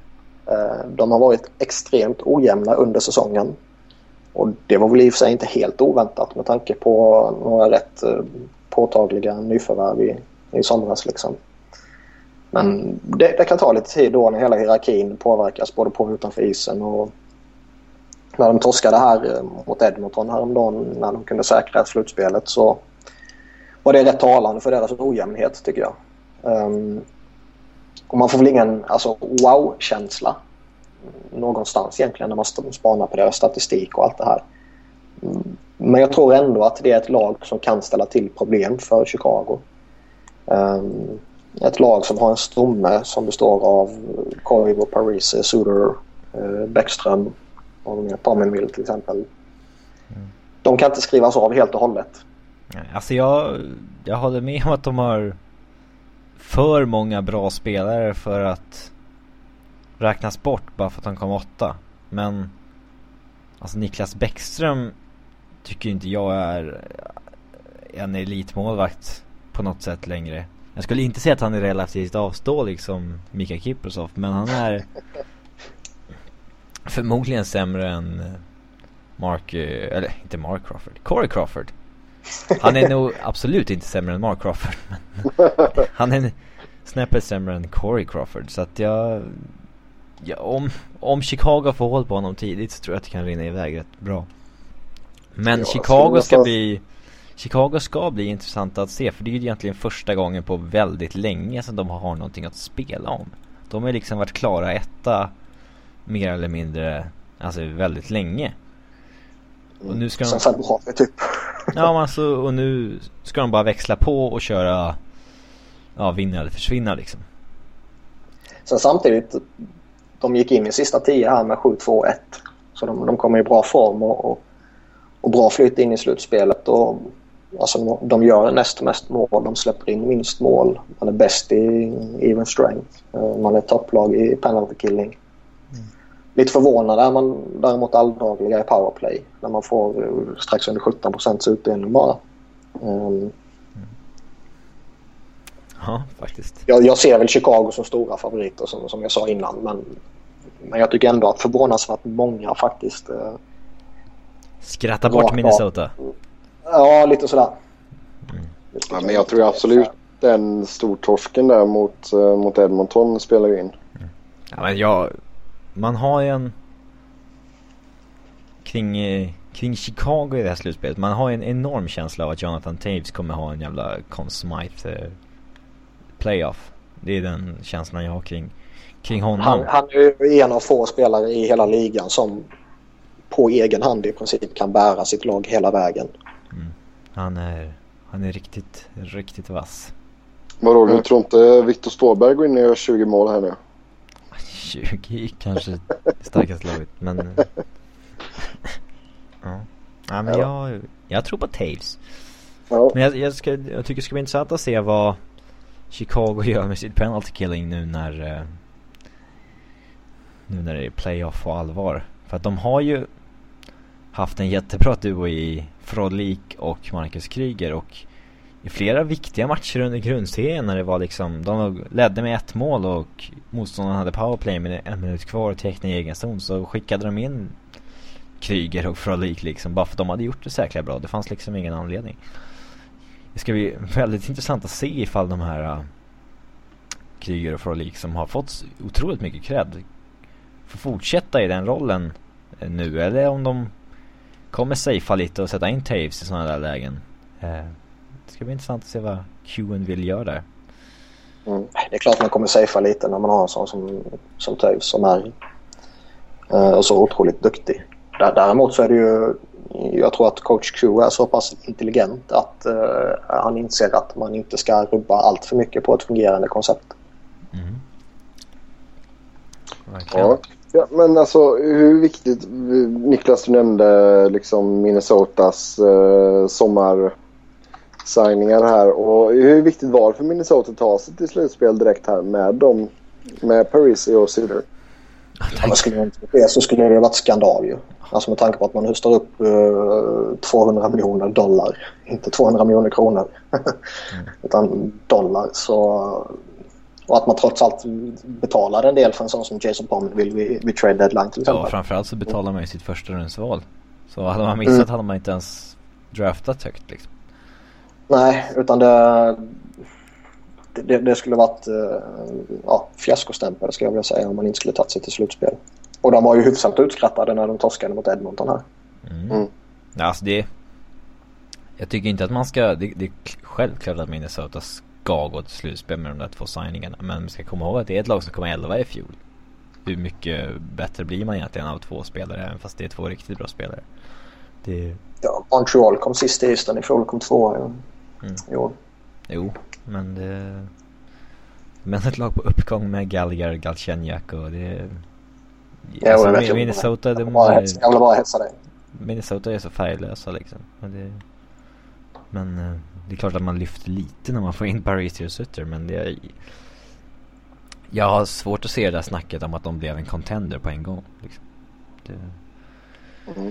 De har varit extremt ojämna under säsongen. Och det var väl i och för sig inte helt oväntat med tanke på några rätt påtagliga nyförvärv i, i somras. Liksom. Men det, det kan ta lite tid då när hela hierarkin påverkas både på och utanför isen. Och när de torskade här mot Edmonton häromdagen när de kunde säkra slutspelet, så var det rätt talande för deras ojämnhet, tycker jag. Um, och man får väl ingen alltså, wow-känsla någonstans egentligen när man spanar på deras statistik och allt det här. Mm. Men jag tror ändå att det är ett lag som kan ställa till problem för Chicago. Um, ett lag som har en stomme som består av Koivu, Parise, Suter, uh, Bäckström och Pominville till exempel. Mm. De kan inte skrivas av helt och hållet. Alltså jag, jag håller med om att de har för många bra spelare för att räknas bort bara för att han kom åtta. Men alltså Niklas Bäckström tycker inte jag är en elitmålvakt på något sätt längre. Jag skulle inte säga att han är relativt avståelig som Mika Kiprusoff, men han är förmodligen sämre än Mark, eller inte Mark Crawford, Corey Crawford. Han är nog absolut inte sämre än Mark Crawford, men han är snäppet sämre än Corey Crawford. Så att jag, ja, om, om Chicago får håll på honom tidigt så tror jag att det kan rinna iväg rätt bra. Men ja, Chicago ska bli Chicago ska bli intressant att se, för det är ju egentligen första gången på väldigt länge som de har någonting att spela om. De har liksom varit klara etta mer eller mindre, alltså väldigt länge. Och nu ska de... Sen typ. Ja, alltså, och nu ska de bara växla på och köra, ja, vinna eller försvinna liksom. Sen samtidigt, de gick in i sista tio här med sju två ett. Så de, de kommer i bra form och, och, och bra flytt in i slutspelet. Och, alltså, de gör näst mest mål, de släpper in minst mål. Man är bäst i even strength. Man är topplag i penalty killing. Mm. Lite förvånad är man däremot alldagliga i powerplay när man får strax under sjutton procent utdelning bara. Um, ja, faktiskt. Jag, jag ser väl Chicago som stora favoriter som, som jag sa innan, men, men jag tycker ändå att förvånansvärt många faktiskt uh, skrattar bort Minnesota. Ja, lite sådär. Mm. Ja, men jag tror absolut den stortorsken där mot, uh, mot Edmonton spelar in. Mm. Ja, men jag man har ju en kring, kring Chicago i det här slutspelet, man har en enorm känsla av att Jonathan Taves kommer ha en jävla Conn Smythe eh, playoff. Det är den känslan jag har kring, kring honom. Han, han är ju en av få spelare i hela ligan som på egen hand i princip kan bära sitt lag hela vägen. Mm. Han är han är riktigt, riktigt vass. Vadå, du tror inte Viktor Ståhlberg går in och gör tjugo mål här nu? tjugo kanske starkast laget, men ja. Ja, men jag, jag tror på Taves. Ja. Men jag, jag, ska, jag tycker det ska bli intressant att se vad Chicago gör med sitt penalty killing nu när nu när det är playoff och allvar. För att de har ju haft en jättebra duo i Frolik och Marcus Kryger, och i flera viktiga matcher under grundserien när det var liksom, de ledde med ett mål och motståndaren hade powerplay med en minut kvar och teckna i egen zon, så skickade de in Kryger och Frolik liksom, bara för att de hade gjort det säkert bra. Det fanns liksom ingen anledning. Det ska bli väldigt intressant att se ifall de här uh, Kryger och Frolik som har fått otroligt mycket cred får fortsätta i den rollen uh, nu, eller om de kommer safea lite och sätta in Taves i sådana där lägen. Uh, Det ska bli intressant att se vad Q N vill göra där. Mm. Det är klart man kommer safea lite när man har en sån som, som Taves som är uh, så otroligt duktig. Däremot så är det ju, jag tror att coach Q är så pass intelligent att uh, han inser att man inte ska rubba allt för mycket på ett fungerande koncept. Mm. verkligen. Ja. Ja, men alltså hur viktigt, Niklas du nämnde liksom Minnesotas eh, sommarsigningar här, och hur viktigt var det för Minnesota att ta sig till slutspel direkt här med dem, med Parisi och Suter? Ja, men skulle det inte det så skulle det varit skandal ju. Alltså med tanke på att man hustar upp uh, tvåhundra miljoner dollar, inte tvåhundra miljoner kronor mm. utan dollar, så och att man trots allt betalar en del för en sån som Jason Palmer vill vid, vid trade deadline till exempel. Ja, framförallt så betalar man ju sitt första rundsval. Så hade man missat mm. hade man inte ens draftat högt liksom. Nej, utan det det, det skulle varit uh, ja, fiaskostämpel ska jag vilja säga om man inte skulle tagit sig till slutspel. Och de var ju hyfsat utskrattade när de torskade mot Edmonton här. Mm. Mm. Ja, alltså det jag tycker inte att man ska det, det är självklart att Minnesota ska gå till slutspel med de där två signingarna, men vi ska komma ihåg att det är ett lag som kom elva i fjol. Hur mycket bättre blir man egentligen av två spelare, även fast det är två riktigt bra spelare? Det... Ja, Montreal kom sist i Eastern, i fjol kom två. Ja. Mm. Jo. Jo, men det... Men ett lag på uppgång med Gallagher, Galchenyuk och det... Ja, alltså, jag vet Minnesota, jag, de bara hetsa, jag vill bara hetsa dig. Minnesota är så färglösa liksom. Men, det... men det är klart att man lyfter lite när man får in Parisi och Sutter, men det är... Jag har svårt att se det där snacket om att de blev en contender på en gång liksom. Det... Mm.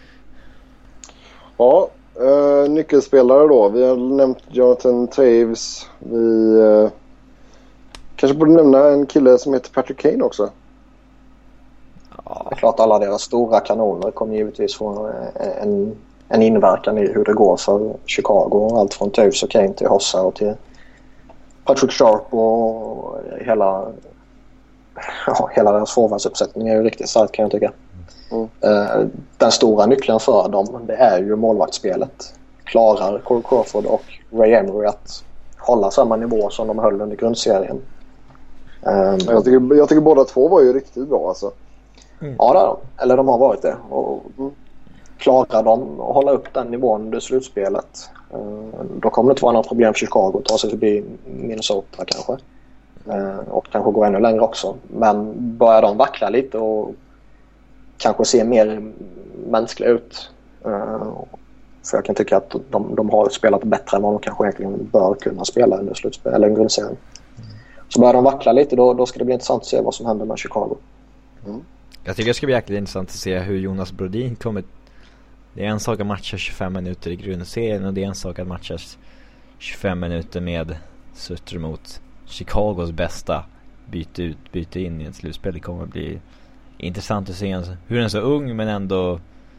Ja, uh, nyckelspelare då. Vi har nämnt Jonathan Taves. Vi uh, kanske borde nämna en kille som heter Patrick Kane också. Ja, det är klart alla deras stora kanoner kommer givetvis få en, en inverkan i hur det går för Chicago. Allt från Taves och Kane till Hossa och till Patrick Sharp och hela, ja, hela deras forwardsuppsättning är ju riktigt starkt kan jag tycka. Mm. Den stora nyckeln för dem, det är ju målvaktsspelet. Klarar Cole Crawford och Ray Emery att hålla samma nivå som de höll under grundserien? Jag tycker, jag tycker båda två var ju riktigt bra alltså. Mm. Ja, det är de. Eller de har varit det. Och klarar de att hålla upp den nivån under slutspelet, då kommer det inte vara några problem för Chicago att ta sig förbi Minnesota kanske. Och kanske gå ännu längre också. Men börjar de vackla lite och kanske se mer mänskliga ut, för jag kan tycka att de, de har spelat bättre än vad de kanske egentligen bör kunna spela under slutspel eller en grundserien. Så börjar de vackla lite, då, då ska det bli intressant att se vad som händer med Chicago. Mm. Jag tycker det ska bli jäkligt intressant att se hur Jonas Brodin kommer. Det är en sak att matcha tjugofem minuter i grundserien, och det är en sak att matcha tjugofem minuter med Sutter mot Chicagos bästa byte ut, byte in i ett slutspel. Det kommer att bli intressant att se en, hur en så ung men ändå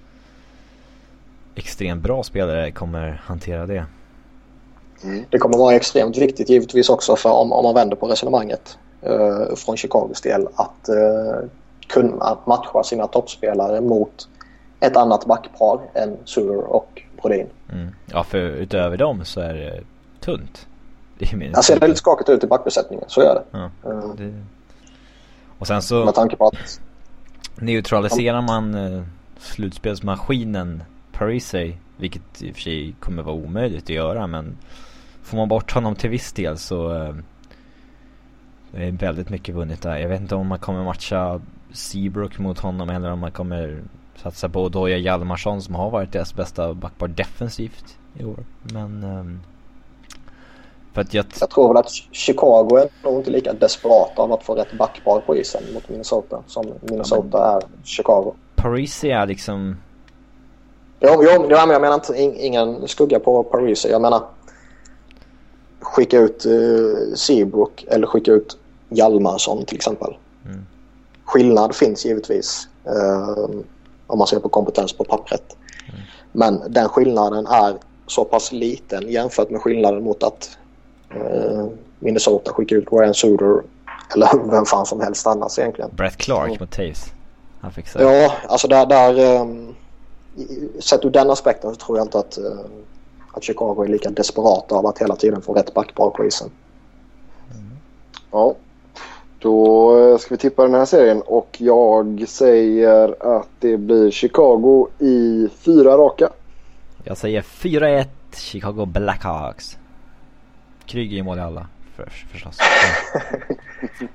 extremt bra spelare kommer hantera det. Mm. Det kommer vara extremt viktigt givetvis också, för om, om man vänder på resonemanget uh, från Chicagos del, att uh, kunna matcha sina toppspelare mot ett annat backpar än Suter och Brodin. Mm. Ja, för utöver dem så är det tunt. Det är alltså det är lite skakigt ut i backbesättningen, så gör det. Ja, uh, det... Och sen så med tanke på att neutraliserar man uh, slutspelsmaskinen Parisi, vilket i och för sig kommer vara omöjligt att göra, men får man bort honom till viss del så uh, det är väldigt mycket vunnet där. Jag vet inte om man kommer matcha Seabrook mot honom eller om man kommer satsa på Doja Hjalmarsson som har varit deras bästa backpar defensivt i år. Men um, för att jag, t- jag tror väl att Chicago är nog inte lika desperat av att få rätt backpar på isen mot Minnesota som Minnesota ja, är Chicago. Parisi är liksom Jo, jo jag menar inte ingen skugga på Parisi. Jag menar skicka ut uh, Seabrook eller skicka ut Hjalmarsson till exempel. Mm. Skillnad finns givetvis uh, om man ser på kompetens på pappret. Mm. Men den skillnaden är så pass liten jämfört med skillnaden mot att uh, Minnesota skickar ut Ryan Suter eller vem fan som helst annars egentligen. Brett Clark mm. mot Taves. Han fixar. Ja, alltså där, där um, sett ur den aspekten så tror jag inte att, uh, att Chicago är lika desperat av att hela tiden få rätt backpar på isen. Mm. Ja. Då ska vi tippa den här serien och jag säger att det blir Chicago i fyra raka. Jag säger fyra ett Chicago Blackhawks. Kryger i mål i alla för, förstås.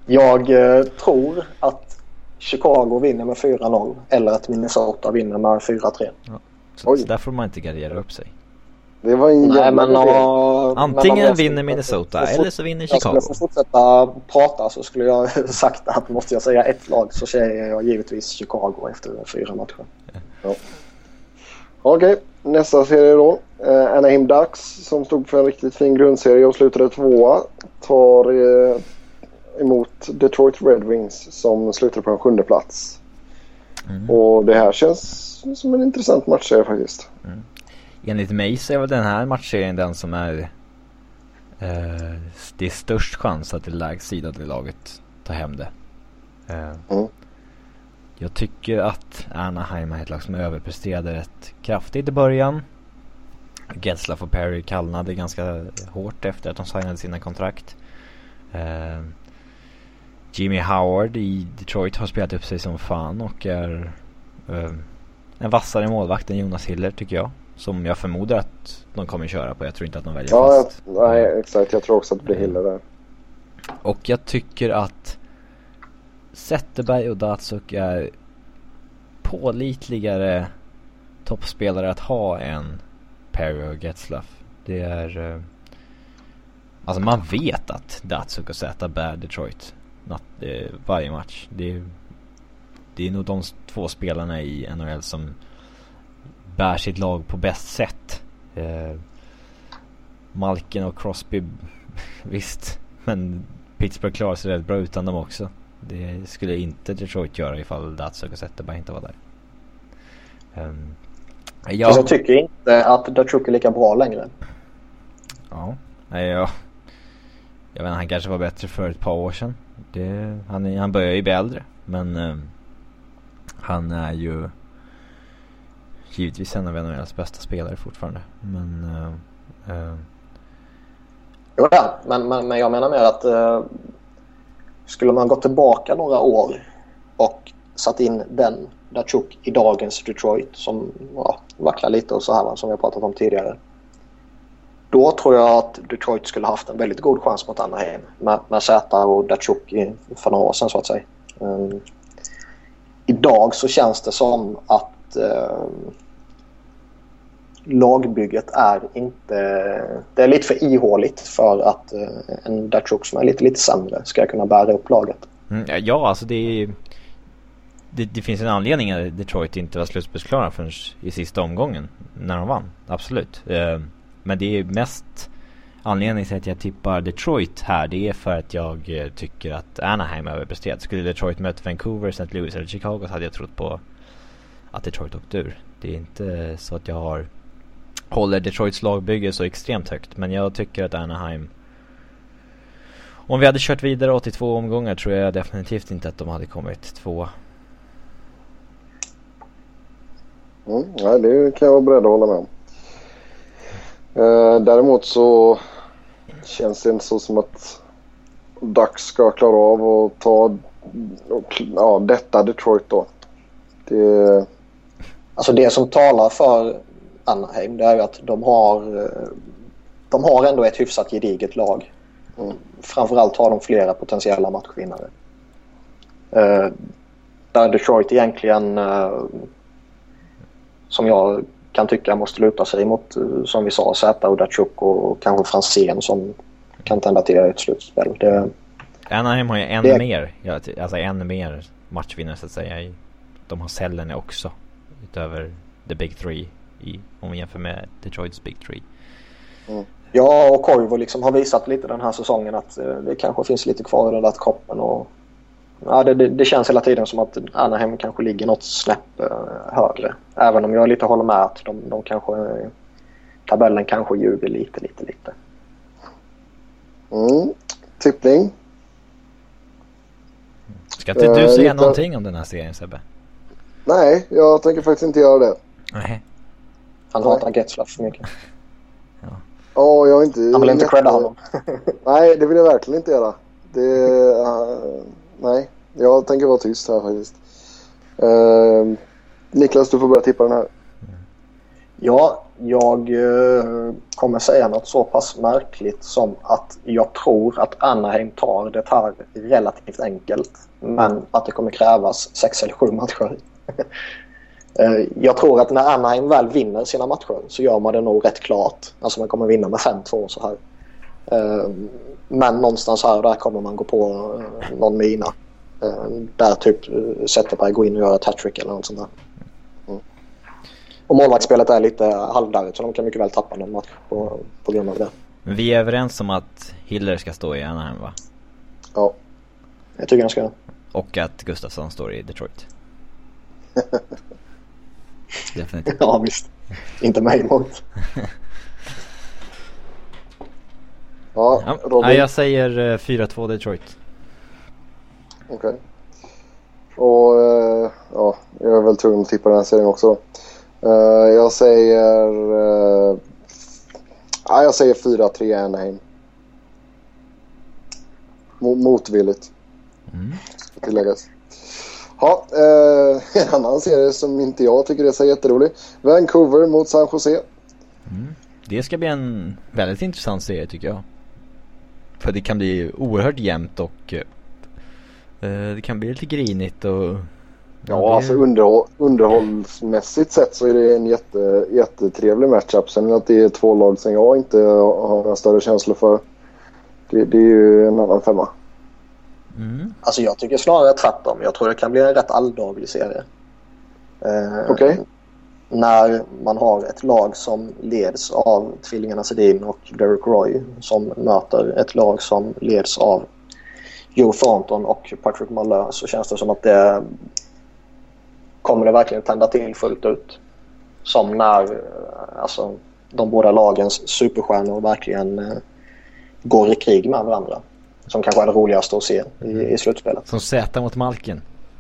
Jag eh, tror att Chicago vinner med fyra noll eller att Minnesota vinner med fyra tre. Ja. Så, så där får man inte gardera upp sig. Det var ingen Nej, men, och, Antingen men vinner Minnesota jag, eller så vinner Chicago. Jag skulle få fortsätta prata så skulle jag sagt att måste jag säga ett lag så säger jag givetvis Chicago efter fyra matcher. Ja. Ja. Okej, okay. Nästa serie då. Uh, Anaheim Ducks som stod för en riktigt fin grundserie och slutade tvåa tar uh, emot Detroit Red Wings som slutade på en sjunde plats. Mm. Och det här känns som en intressant matchserie faktiskt. Mm. Enligt mig så är väl den här matchserien den som är uh, det är störst chans att det lägsidade laget tar hem det. Uh, mm. Jag tycker att Anaheim är ett lag som överpresterade rätt kraftigt i början. Getzlaf och Perry kallnade ganska hårt efter att de signade sina kontrakt. Uh, Jimmy Howard i Detroit har spelat upp sig som fan och är uh, en vassare målvakt än Jonas Hiller tycker jag. Som jag förmodar att de kommer köra på. Jag tror inte att de väljer ja, fast. Jag, nej, exakt. Jag tror också att det blir Hiller där. Och jag tycker att Zetterberg och Datsuk är pålitligare toppspelare att ha än Perry och Getzlaf. Det är uh, alltså man vet att Datsuk och Zeta bär Detroit natt, uh, varje match. Det är, det är nog de två spelarna i N H L som bär sitt lag på bäst sätt. Uh, Malkin och Crosby visst, men Pittsburgh klarar sig rätt bra utan dem också. Det skulle inte Detroit göra ifall Datsuk och Zetterberg inte var där. Um, jag... jag tycker inte att Datsuk är lika bra längre. Ja, nej, jag, jag vet inte, han kanske var bättre för ett par år sedan. Det, han, han börjar ju bli äldre, men um, han är ju givetvis en av N H L:s bästa spelare fortfarande. Men uh, uh, jo, ja, men, men, men jag menar mer att uh, skulle man gå tillbaka några år och satt in den Datsuk i dagens Detroit som ja, vacklar lite och så här som vi har pratat om tidigare. Då tror jag att Detroit skulle haft en väldigt god chans mot Anaheim med, med Zeta och Datsuk för några år sedan så att säga. Um, idag så känns det som att um, lagbygget är inte det är lite för ihåligt för att uh, en Datsuk som är lite lite sämre ska kunna bära upp laget. Mm, ja, alltså det är det, det finns en anledning att Detroit inte var slutspelsklara förrän i sista omgången när de vann, absolut. Uh, men det är mest anledningen till att jag tippar Detroit här, det är för att jag uh, tycker att Anaheim överpresterat. Skulle Detroit möta Vancouver, Saint Louis eller Chicago så hade jag trott på att Detroit åkte ur. Det är inte så att jag har håller Detroits lagbygge så extremt högt, men jag tycker att Anaheim, om vi hade kört vidare åttiotvå omgångar tror jag definitivt inte att de hade kommit två. Mm, nej, det kan jag vara beredd att hålla med om. Eh, däremot så känns det inte så som att Ducks ska klara av att ta och, ja, detta Detroit då. Det... Alltså det som talar för Anaheim det är ju att de har de har ändå ett hyfsat gediget lag. Mm. Framförallt har de flera potentiella matchvinnare. Uh, där Detroit egentligen uh, som jag kan tycka måste luta sig mot uh, som vi sa Zeta och Datsuk och kanske Franzén som kan tända till ett slutspel. Det, Anaheim har ju en det, mer alltså en mer matchvinnare så att säga. De har Selene också utöver the big three i, om vi jämför med Detroits big three. Mm. Ja, och Koivu liksom har visat lite den här säsongen att uh, det kanske finns lite kvar i den där kroppen och ja, det, det, det känns hela tiden som att Anaheim kanske ligger något snäpp uh, högre. Även om jag lite håller med att de, de kanske uh, tabellen kanske ljuger lite, lite, lite. Mm. Tippning. Ska inte du säga uh, någonting om den här serien, Sebbe? Nej, jag tänker faktiskt inte göra det. Nej. Han hatar Getzlaf för mycket. Ja. Oh, jag inte, Han vill inte credda honom. Nej, det vill jag verkligen inte göra. Det, uh, nej, jag tänker vara tyst här faktiskt. Uh, Niklas, du får börja tippa den här. Ja, jag eh, kommer säga något så pass märkligt som att jag tror att Anaheim tar det här relativt enkelt, men att det kommer krävas sex eller sju matcher. eh, jag tror att när Anaheim väl vinner sina matcher så gör man det nog rätt klart. Alltså man kommer vinna med fem två så här. Eh, men någonstans här och där kommer man gå på eh, någon mina. Eh, där typ Zetterberg går in och gör ett hattrick eller något sånt där. Och målvaktsspelet är lite halvdarrigt så de kan mycket väl tappa någon match på, på grund av det. Men vi är överens om att Hiller ska stå i Anaheim, va? Ja, jag tycker han ska. Och att Gustafsson står i Detroit. Definitivt. Ja, visst. Inte mig emot. Ja, Ja, Robin. nej, jag säger fyra två Detroit. Okej. Okay. Och uh, ja, jag är väl tvungen att tippa den här serien också då. Uh, jag säger uh, ja, jag säger fyra tre Anaheim. Mo- motvilligt. Mm. Tilläggas. Ja, uh, en annan serie som inte jag tycker är så jätterolig. Vancouver mot San Jose. Mm. Det ska bli en väldigt intressant serie tycker jag. För det kan bli oerhört jämnt och uh, det kan bli lite grinigt och ja, det... alltså underhåll, underhållsmässigt sett så är det en jätte, jättetrevlig matchup. Sen att det är två lag som jag inte har några större känslor för. Det, det är ju en annan femma. Mm. Alltså jag tycker snarare tvärtom. Jag tror det kan bli en rätt alldaglig serie. Eh, Okej. Okay. När man har ett lag som leds av tvillingarna Sedin och Derek Roy som möter ett lag som leds av Joe Thornton och Patrick Marleau, så känns det som att det kommer det verkligen tända till fullt ut. Som när alltså, de båda lagens superstjärnor verkligen eh, går i krig med varandra. Som kanske är det roligaste att se i, i slutspelet. Som Z mot Malkin.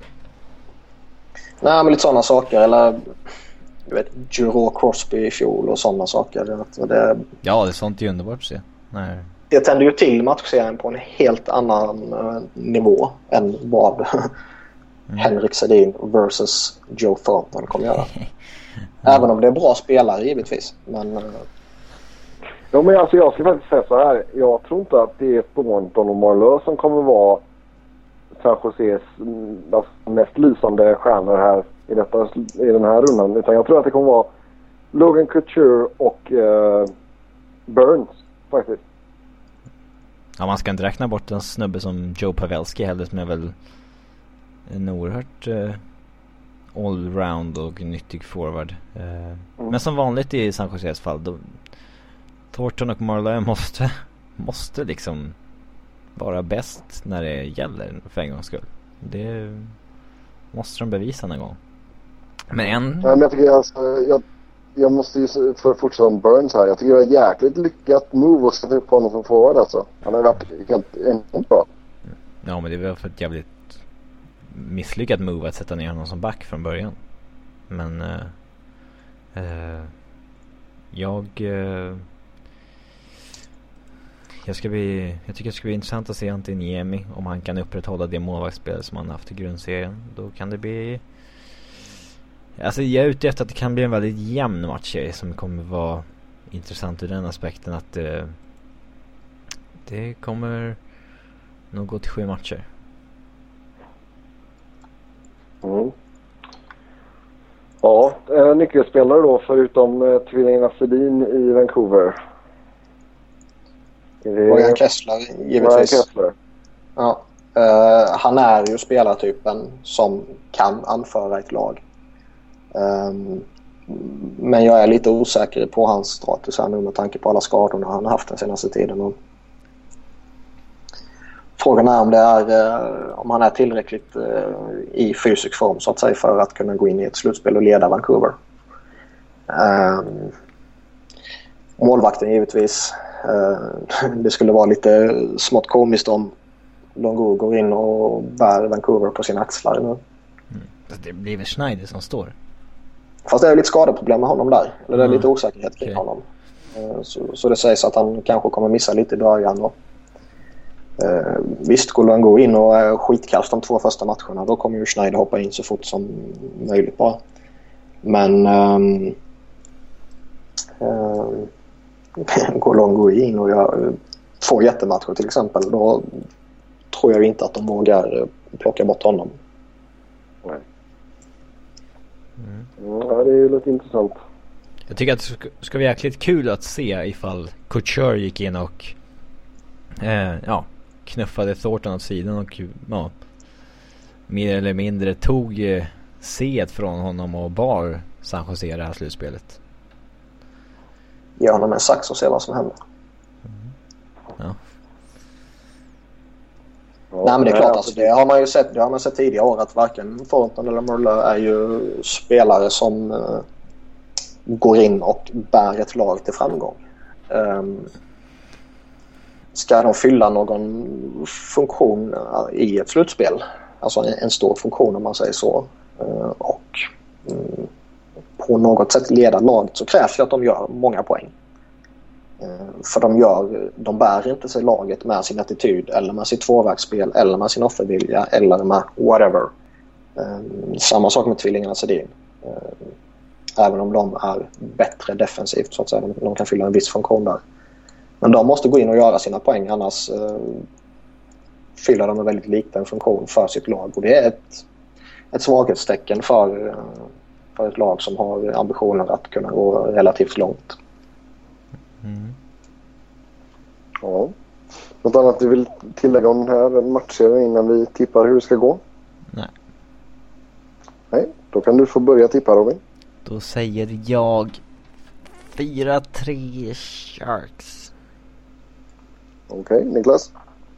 Nej, men lite sådana saker. Eller du vet, Juro Crosby i fjol och sådana saker. Det, ja, det är sånt är underbart att se. Nej. Det tänder ju till matchserien på en helt annan uh, nivå än vad mm. Henrik Sedin versus Joe Thornton kommer göra. mm. Även om det är bra spelare givetvis. Men, uh... ja, men alltså jag ska faktiskt säga så här. Jag tror inte att det är Thornton och Marleau som kommer vara San Joses alltså, mest lysande stjärnor här i, detta, i den här rundan. Utan jag tror att det kommer vara Logan Couture och uh, Burns faktiskt. Ja, man ska inte räkna bort en snubbe som Joe Pavelski heller, som är väl en oerhört uh, allround och nyttig forward. Uh, mm. Men som vanligt i San Joses fall, då, Thornton och Marleau måste, måste liksom vara bäst när det gäller för en gångs skull. Det måste de bevisa någon gång. Men en... Nej, men jag tycker alltså, jag, jag måste ju för att fortsätta om Burns här. Jag tycker det var jäkligt lyckat move att sätta upp honom som forward alltså. Han har varit helt enormt bra. Ja, men det var för ett jävligt misslyckat move att sätta ner honom som back från början. Men uh, uh, jag uh, jag ska bli jag tycker det ska bli intressant att se Antiniemi om han kan upprätthålla det målvaktsspel som han haft i grundserien. Då kan det bli, alltså jag är ute efter att det kan bli en väldigt jämn match som kommer vara intressant ur den aspekten att uh, det kommer nog gå till sju matcher. Mm. Ja, äh, nyckelspelare då förutom äh, tvillingarna Sedin i Vancouver. Ryan Kessler givetvis. Ryan Kessler. Ja, uh, han är ju spelartypen som kan anföra ett lag. Um, men jag är lite osäker på hans status här nu med tanke på alla skadorna han har haft den senaste tiden. Och frågan är om det är uh, om han är tillräckligt uh, i fysisk form så att säga för att kunna gå in i ett slutspel och leda Vancouver. Um, målvakten givetvis. Uh, det skulle vara lite smått komiskt om Longo går in och bär Vancouver på sina axlar nu. Mm. Det blir väl Schneider som står. Fast det är lite skadeproblem med honom där. Eller det är mm. lite osäkerhet kring okay. honom. Uh, så, så det sägs att han kanske kommer missa lite i början då. Uh, visst, skulle han gå in och uh, skitkast de två första matcherna, då kommer ju Schneider hoppa in så fort som möjligt bara. Men um, eh, går lång gå in och gör två jättematcher till exempel, då tror jag inte att de vågar plocka bort honom. Nej. Mm. Ja, det är ju lite intressant. Jag tycker att det ska, ska vara jäkligt kul att se ifall Couture gick in och eh, ja, knuffade Thornton åt sidan och ja, mer eller mindre tog eh, set från honom och bar San Jose i det här slutspelet. Ge honom en sax och se vad som händer. Mm. Ja. Ja, Nej, men det är klart, alltså, det har man ju sett, det har man sett tidigare år att varken Thornton eller Muller är ju spelare som uh, går in och bär ett lag till framgång. Um, ska de fylla någon funktion uh, i ett slutspel, alltså en, en stor funktion om man säger så, uh, och um, på något sätt leda laget, så krävs det att de gör många poäng. För de gör, de bär inte sig laget med sin attityd eller med sitt tvåvägsspel eller med sin offervilja eller med whatever. Samma sak med tvillingarna Sedin. Även om de är bättre defensivt så att säga, de, de kan fylla en viss funktion där. Men de måste gå in och göra sina poäng, annars uh, fyller de en väldigt liten funktion för sitt lag. Och det är ett, ett svaghetstecken för, uh, för ett lag som har ambitioner att kunna gå relativt långt. Mm. Ja. Något annat du vill tillägga om den här matchen innan vi tippar hur det ska gå? Nej. Nej, då kan du få börja tippa, Robin. Då säger jag fyra tre Sharks. Okej, okay, Niklas?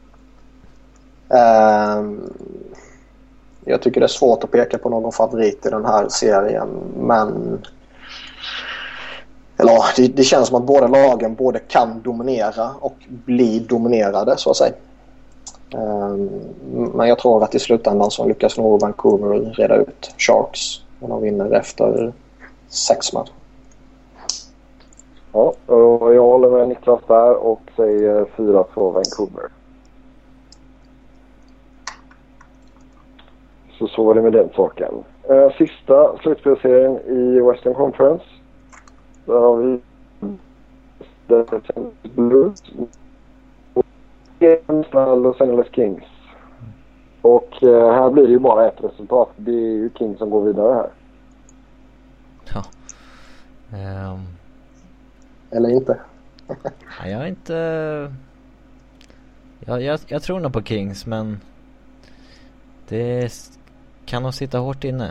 Um, jag tycker det är svårt att peka på någon favorit i den här serien, men eller, det, det känns som att båda lagen både kan dominera och bli dominerade så att säga. Um, men jag tror att i slutändan så lyckas nog Vancouver reda ut Sharks och de vinner efter sex matcher. Ja, och jag håller med Niklas där och säger fyra två Vancouver. Så så var det med den saken. Uh, sista slutspelserien i Western Conference. Där har vi Blues och Los Angeles Kings. Och uh, här blir det ju bara ett resultat. Det är ju Kings som går vidare här. Ja. Um. Eller inte? Nej, jag är inte... Jag, jag, jag tror nog på Kings, men det kan nog sitta hårt inne.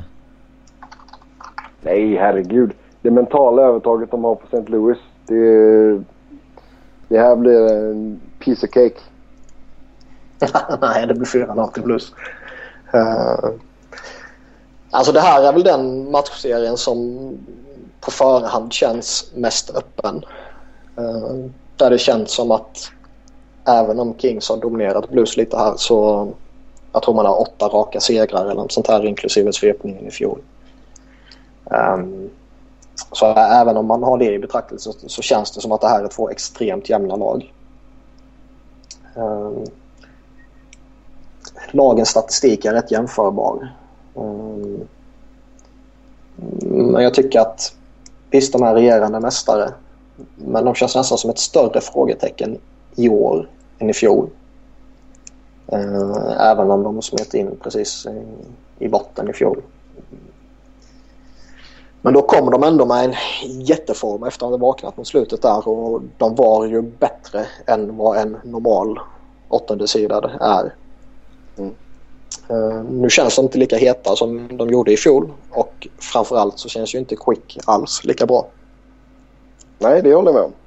Nej, herregud. Det mentala övertaget de har på Saint Louis, det, det här blir en piece of cake. Nej, det blir fyra noll till Blues. Uh, alltså det här är väl den matchserien som på förhand känns mest öppen. Uh, där det känns som att även om Kings har dominerat Blues lite här, så jag tror man har åtta raka segrar eller något sånt här inklusive svepningen i fjol. Um, så även om man har det i betraktelse så, så känns det som att det här är två extremt jämna lag. Um, lagens statistik är rätt jämförbar. Um, men jag tycker att visst, de är regerande mästare, men de känns nästan som ett större frågetecken i år än i fjol. Uh, även om de smet in precis i, i botten i fjol. Men då kommer de ändå med en jätteform efter att ha vaknat mot slutet där, och de var ju bättre än vad en normal åttondesidad är. Mm. Uh, nu känns de inte lika heta som de gjorde i fjol, och framförallt så känns ju inte Quick alls lika bra. Nej, det håller jag med om.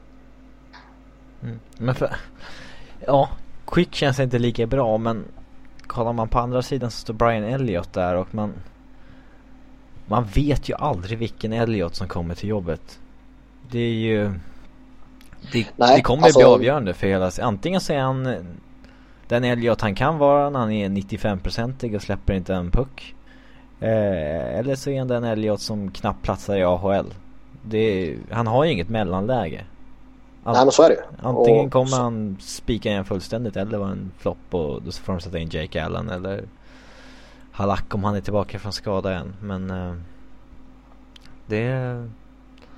Mm. Men för, ja, Quick känns inte lika bra, men kollar man på andra sidan så står Brian Elliott där, och man man vet ju aldrig vilken Elliott som kommer till jobbet. Det är ju det, Nej, det kommer alltså, bli avgörande för hela. Antingen så är han den Elliott han kan vara när han är nittiofem-procentig och släpper inte en puck, eh, eller så är han den Elliott som knappt platsar i A H L. Det, han har ju inget mellanläge. Ant- Nej, men så är det. Antingen och kommer så... han spika igen fullständigt, eller vara en flopp och då får de sätta in Jake Allen eller Halak om han är tillbaka från skada igen. Men uh, det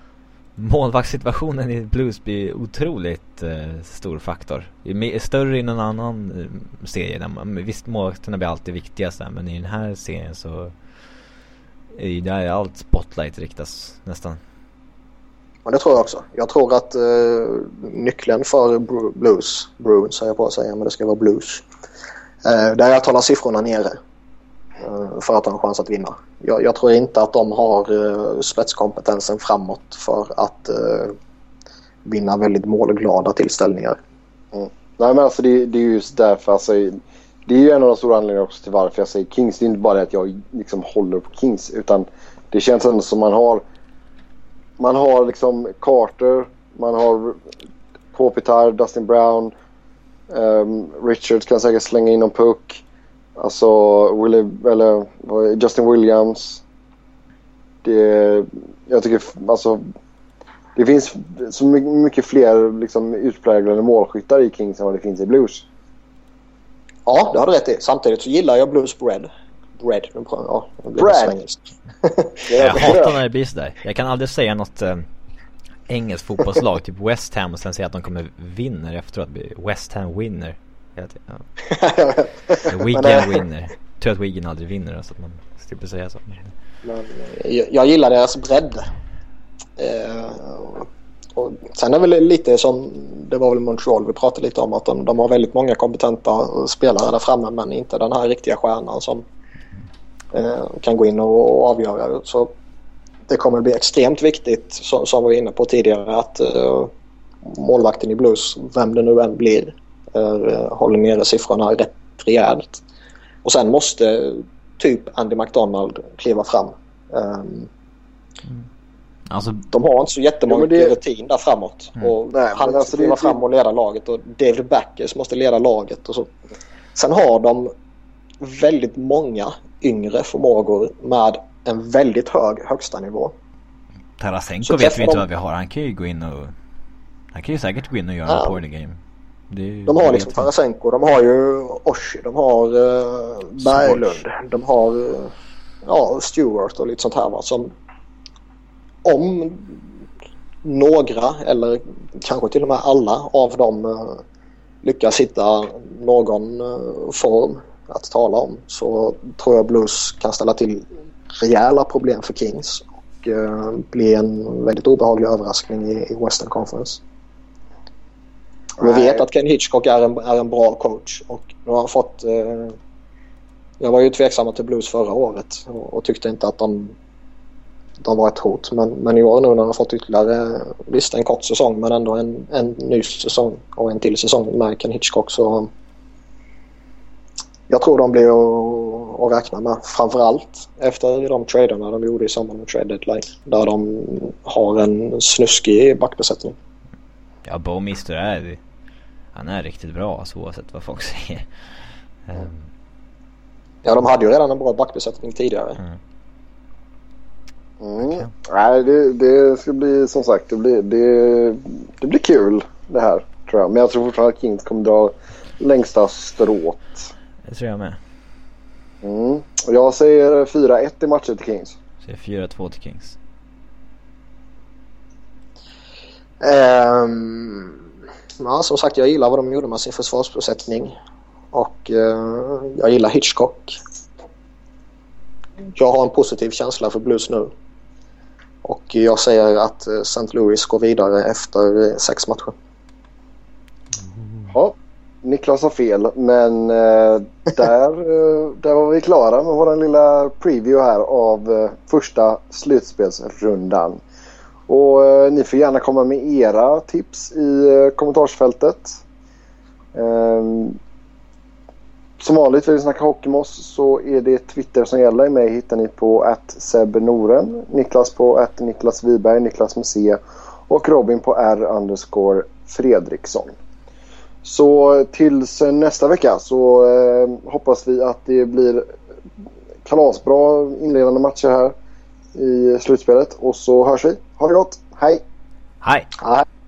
målvaktssituationen i Blues blir otroligt eh, stor faktor. Det är större i någon annan eh, serie. Där man, visst, målvakterna blir alltid viktigast, men i den här serien så är där allt spotlight riktas nästan. Ja, det tror jag också. Jag tror att eh, nyckeln för Blues, Bruins säger jag på att säga, men det ska vara Blues. Eh, där jag talar siffrorna nere eh, för att ha en chans att vinna. Jag, jag tror inte att de har eh, spetskompetensen framåt för att eh, vinna väldigt målglada tillställningar. Mm. Nej, men alltså det, det är just därför alltså, det är ju en av de stora anledningarna också till varför jag säger Kings. Det är inte bara det att jag liksom håller på Kings, utan det känns ändå som man har man har liksom Carter, man har Kopitar, Dustin Brown, um, Richards kan säkert slänga in en puck, alltså Willie, eller Justin Williams. Det, jag tycker alltså det finns så mycket fler liksom utpräglade målskyttar i Kings än vad det finns i Blues. Ja, det har du rätt i. Samtidigt så gillar jag Blues bread. Bread. Ja, bread. Jag hatar när det blir sådär. Jag kan aldrig säga något eh, engelskt fotbollslag typ West Ham och sen säga att de kommer vinna efteråt. West Ham winner. Ja. Wigan winner. Jag tror att Wigan aldrig vinner så att man slipper säga så. Men, jag, jag gillar deras bredd. Eh, och sen är det väl lite som det var väl Montreal vi pratade lite om, att de, de har väldigt många kompetenta spelare där framme, men inte den här riktiga stjärnan som eh, kan gå in och, och avgöra. Så det kommer bli extremt viktigt, som, som vi var inne på tidigare, att eh, målvakten i Blues, vem det nu än blir, eh, håller nere siffrorna rätt rejält. Och sen måste typ Andy McDonald kliva fram. Um, mm. Alltså, de har inte så jättemånga ja, det... rutin där framåt. Mm. Och nej, han måste alltså kliva det... fram och leda laget. Och David Backes måste leda laget. Och så. Sen har de väldigt många yngre förmågor med en väldigt hög högsta nivå. Tarasenko vet vi inte de... vad vi har. Han kan ju gå in och han kan ju säkert gå in och göra ja. en poäng game. Ju, de har liksom Tarasenko, de har ju Oshie, de har uh, Berglund, de har uh, ja, Stewart och lite sånt här, va, som om några eller kanske till och med alla av dem uh, lyckas hitta någon uh, form att tala om, så tror jag Blues kan ställa till rejäla problem för Kings och uh, bli en väldigt obehaglig överraskning i, i Western Conference. Vi vet att Ken Hitchcock är en, är en bra coach och nu har han fått eh, jag var ju tveksam till Blues förra året och, och tyckte inte att de de var ett hot, men, men i år nu när han har fått ytterligare, visst en kort säsong men ändå en, en ny säsong och en till säsong med Ken Hitchcock, så jag tror de blir att, att räkna med, framförallt efter de traderna de gjorde i samband med trade deadline, där de har en snuskig backbesättning. Ja, Bouwmeester är han är riktigt bra, alltså, oavsett vad folk säger. Um. Ja, de hade ju redan en bra backbesättning tidigare. Mm. Mm. Okay. Nej, det, det ska bli, som sagt, det blir, det, det blir kul det här, tror jag. Men jag tror fortfarande att Kings kommer dra längsta stråt. Det tror jag med. Mm. Och jag säger fyra ett i matchen till Kings. Jag säger fyra två till Kings. Um, ja, som sagt, jag gillar vad de gjorde med sin försvarsbesättning och uh, jag gillar Hitchcock. Jag har en positiv känsla för Blues nu och jag säger att uh, Saint Louis går vidare efter uh, sex matcher. Ja, Niklas har fel, men uh, där, uh, där var vi klara med vår lilla preview här av uh, första slutspelsrundan. Och eh, ni får gärna komma med era tips i eh, kommentarsfältet. Eh, som vanligt vill ni snacka hockey med oss, så är det Twitter som gäller. Mig hittar ni på at sebnoren, Niklas på at Niklas Wiberg, Niklas med C och Robin på R underscore Fredriksson. Så tills nästa vecka så eh, hoppas vi att det blir kalasbra inledande matcher här i slutspelet, och så hörs vi. Ha det gott. Hej. Hej. Hej.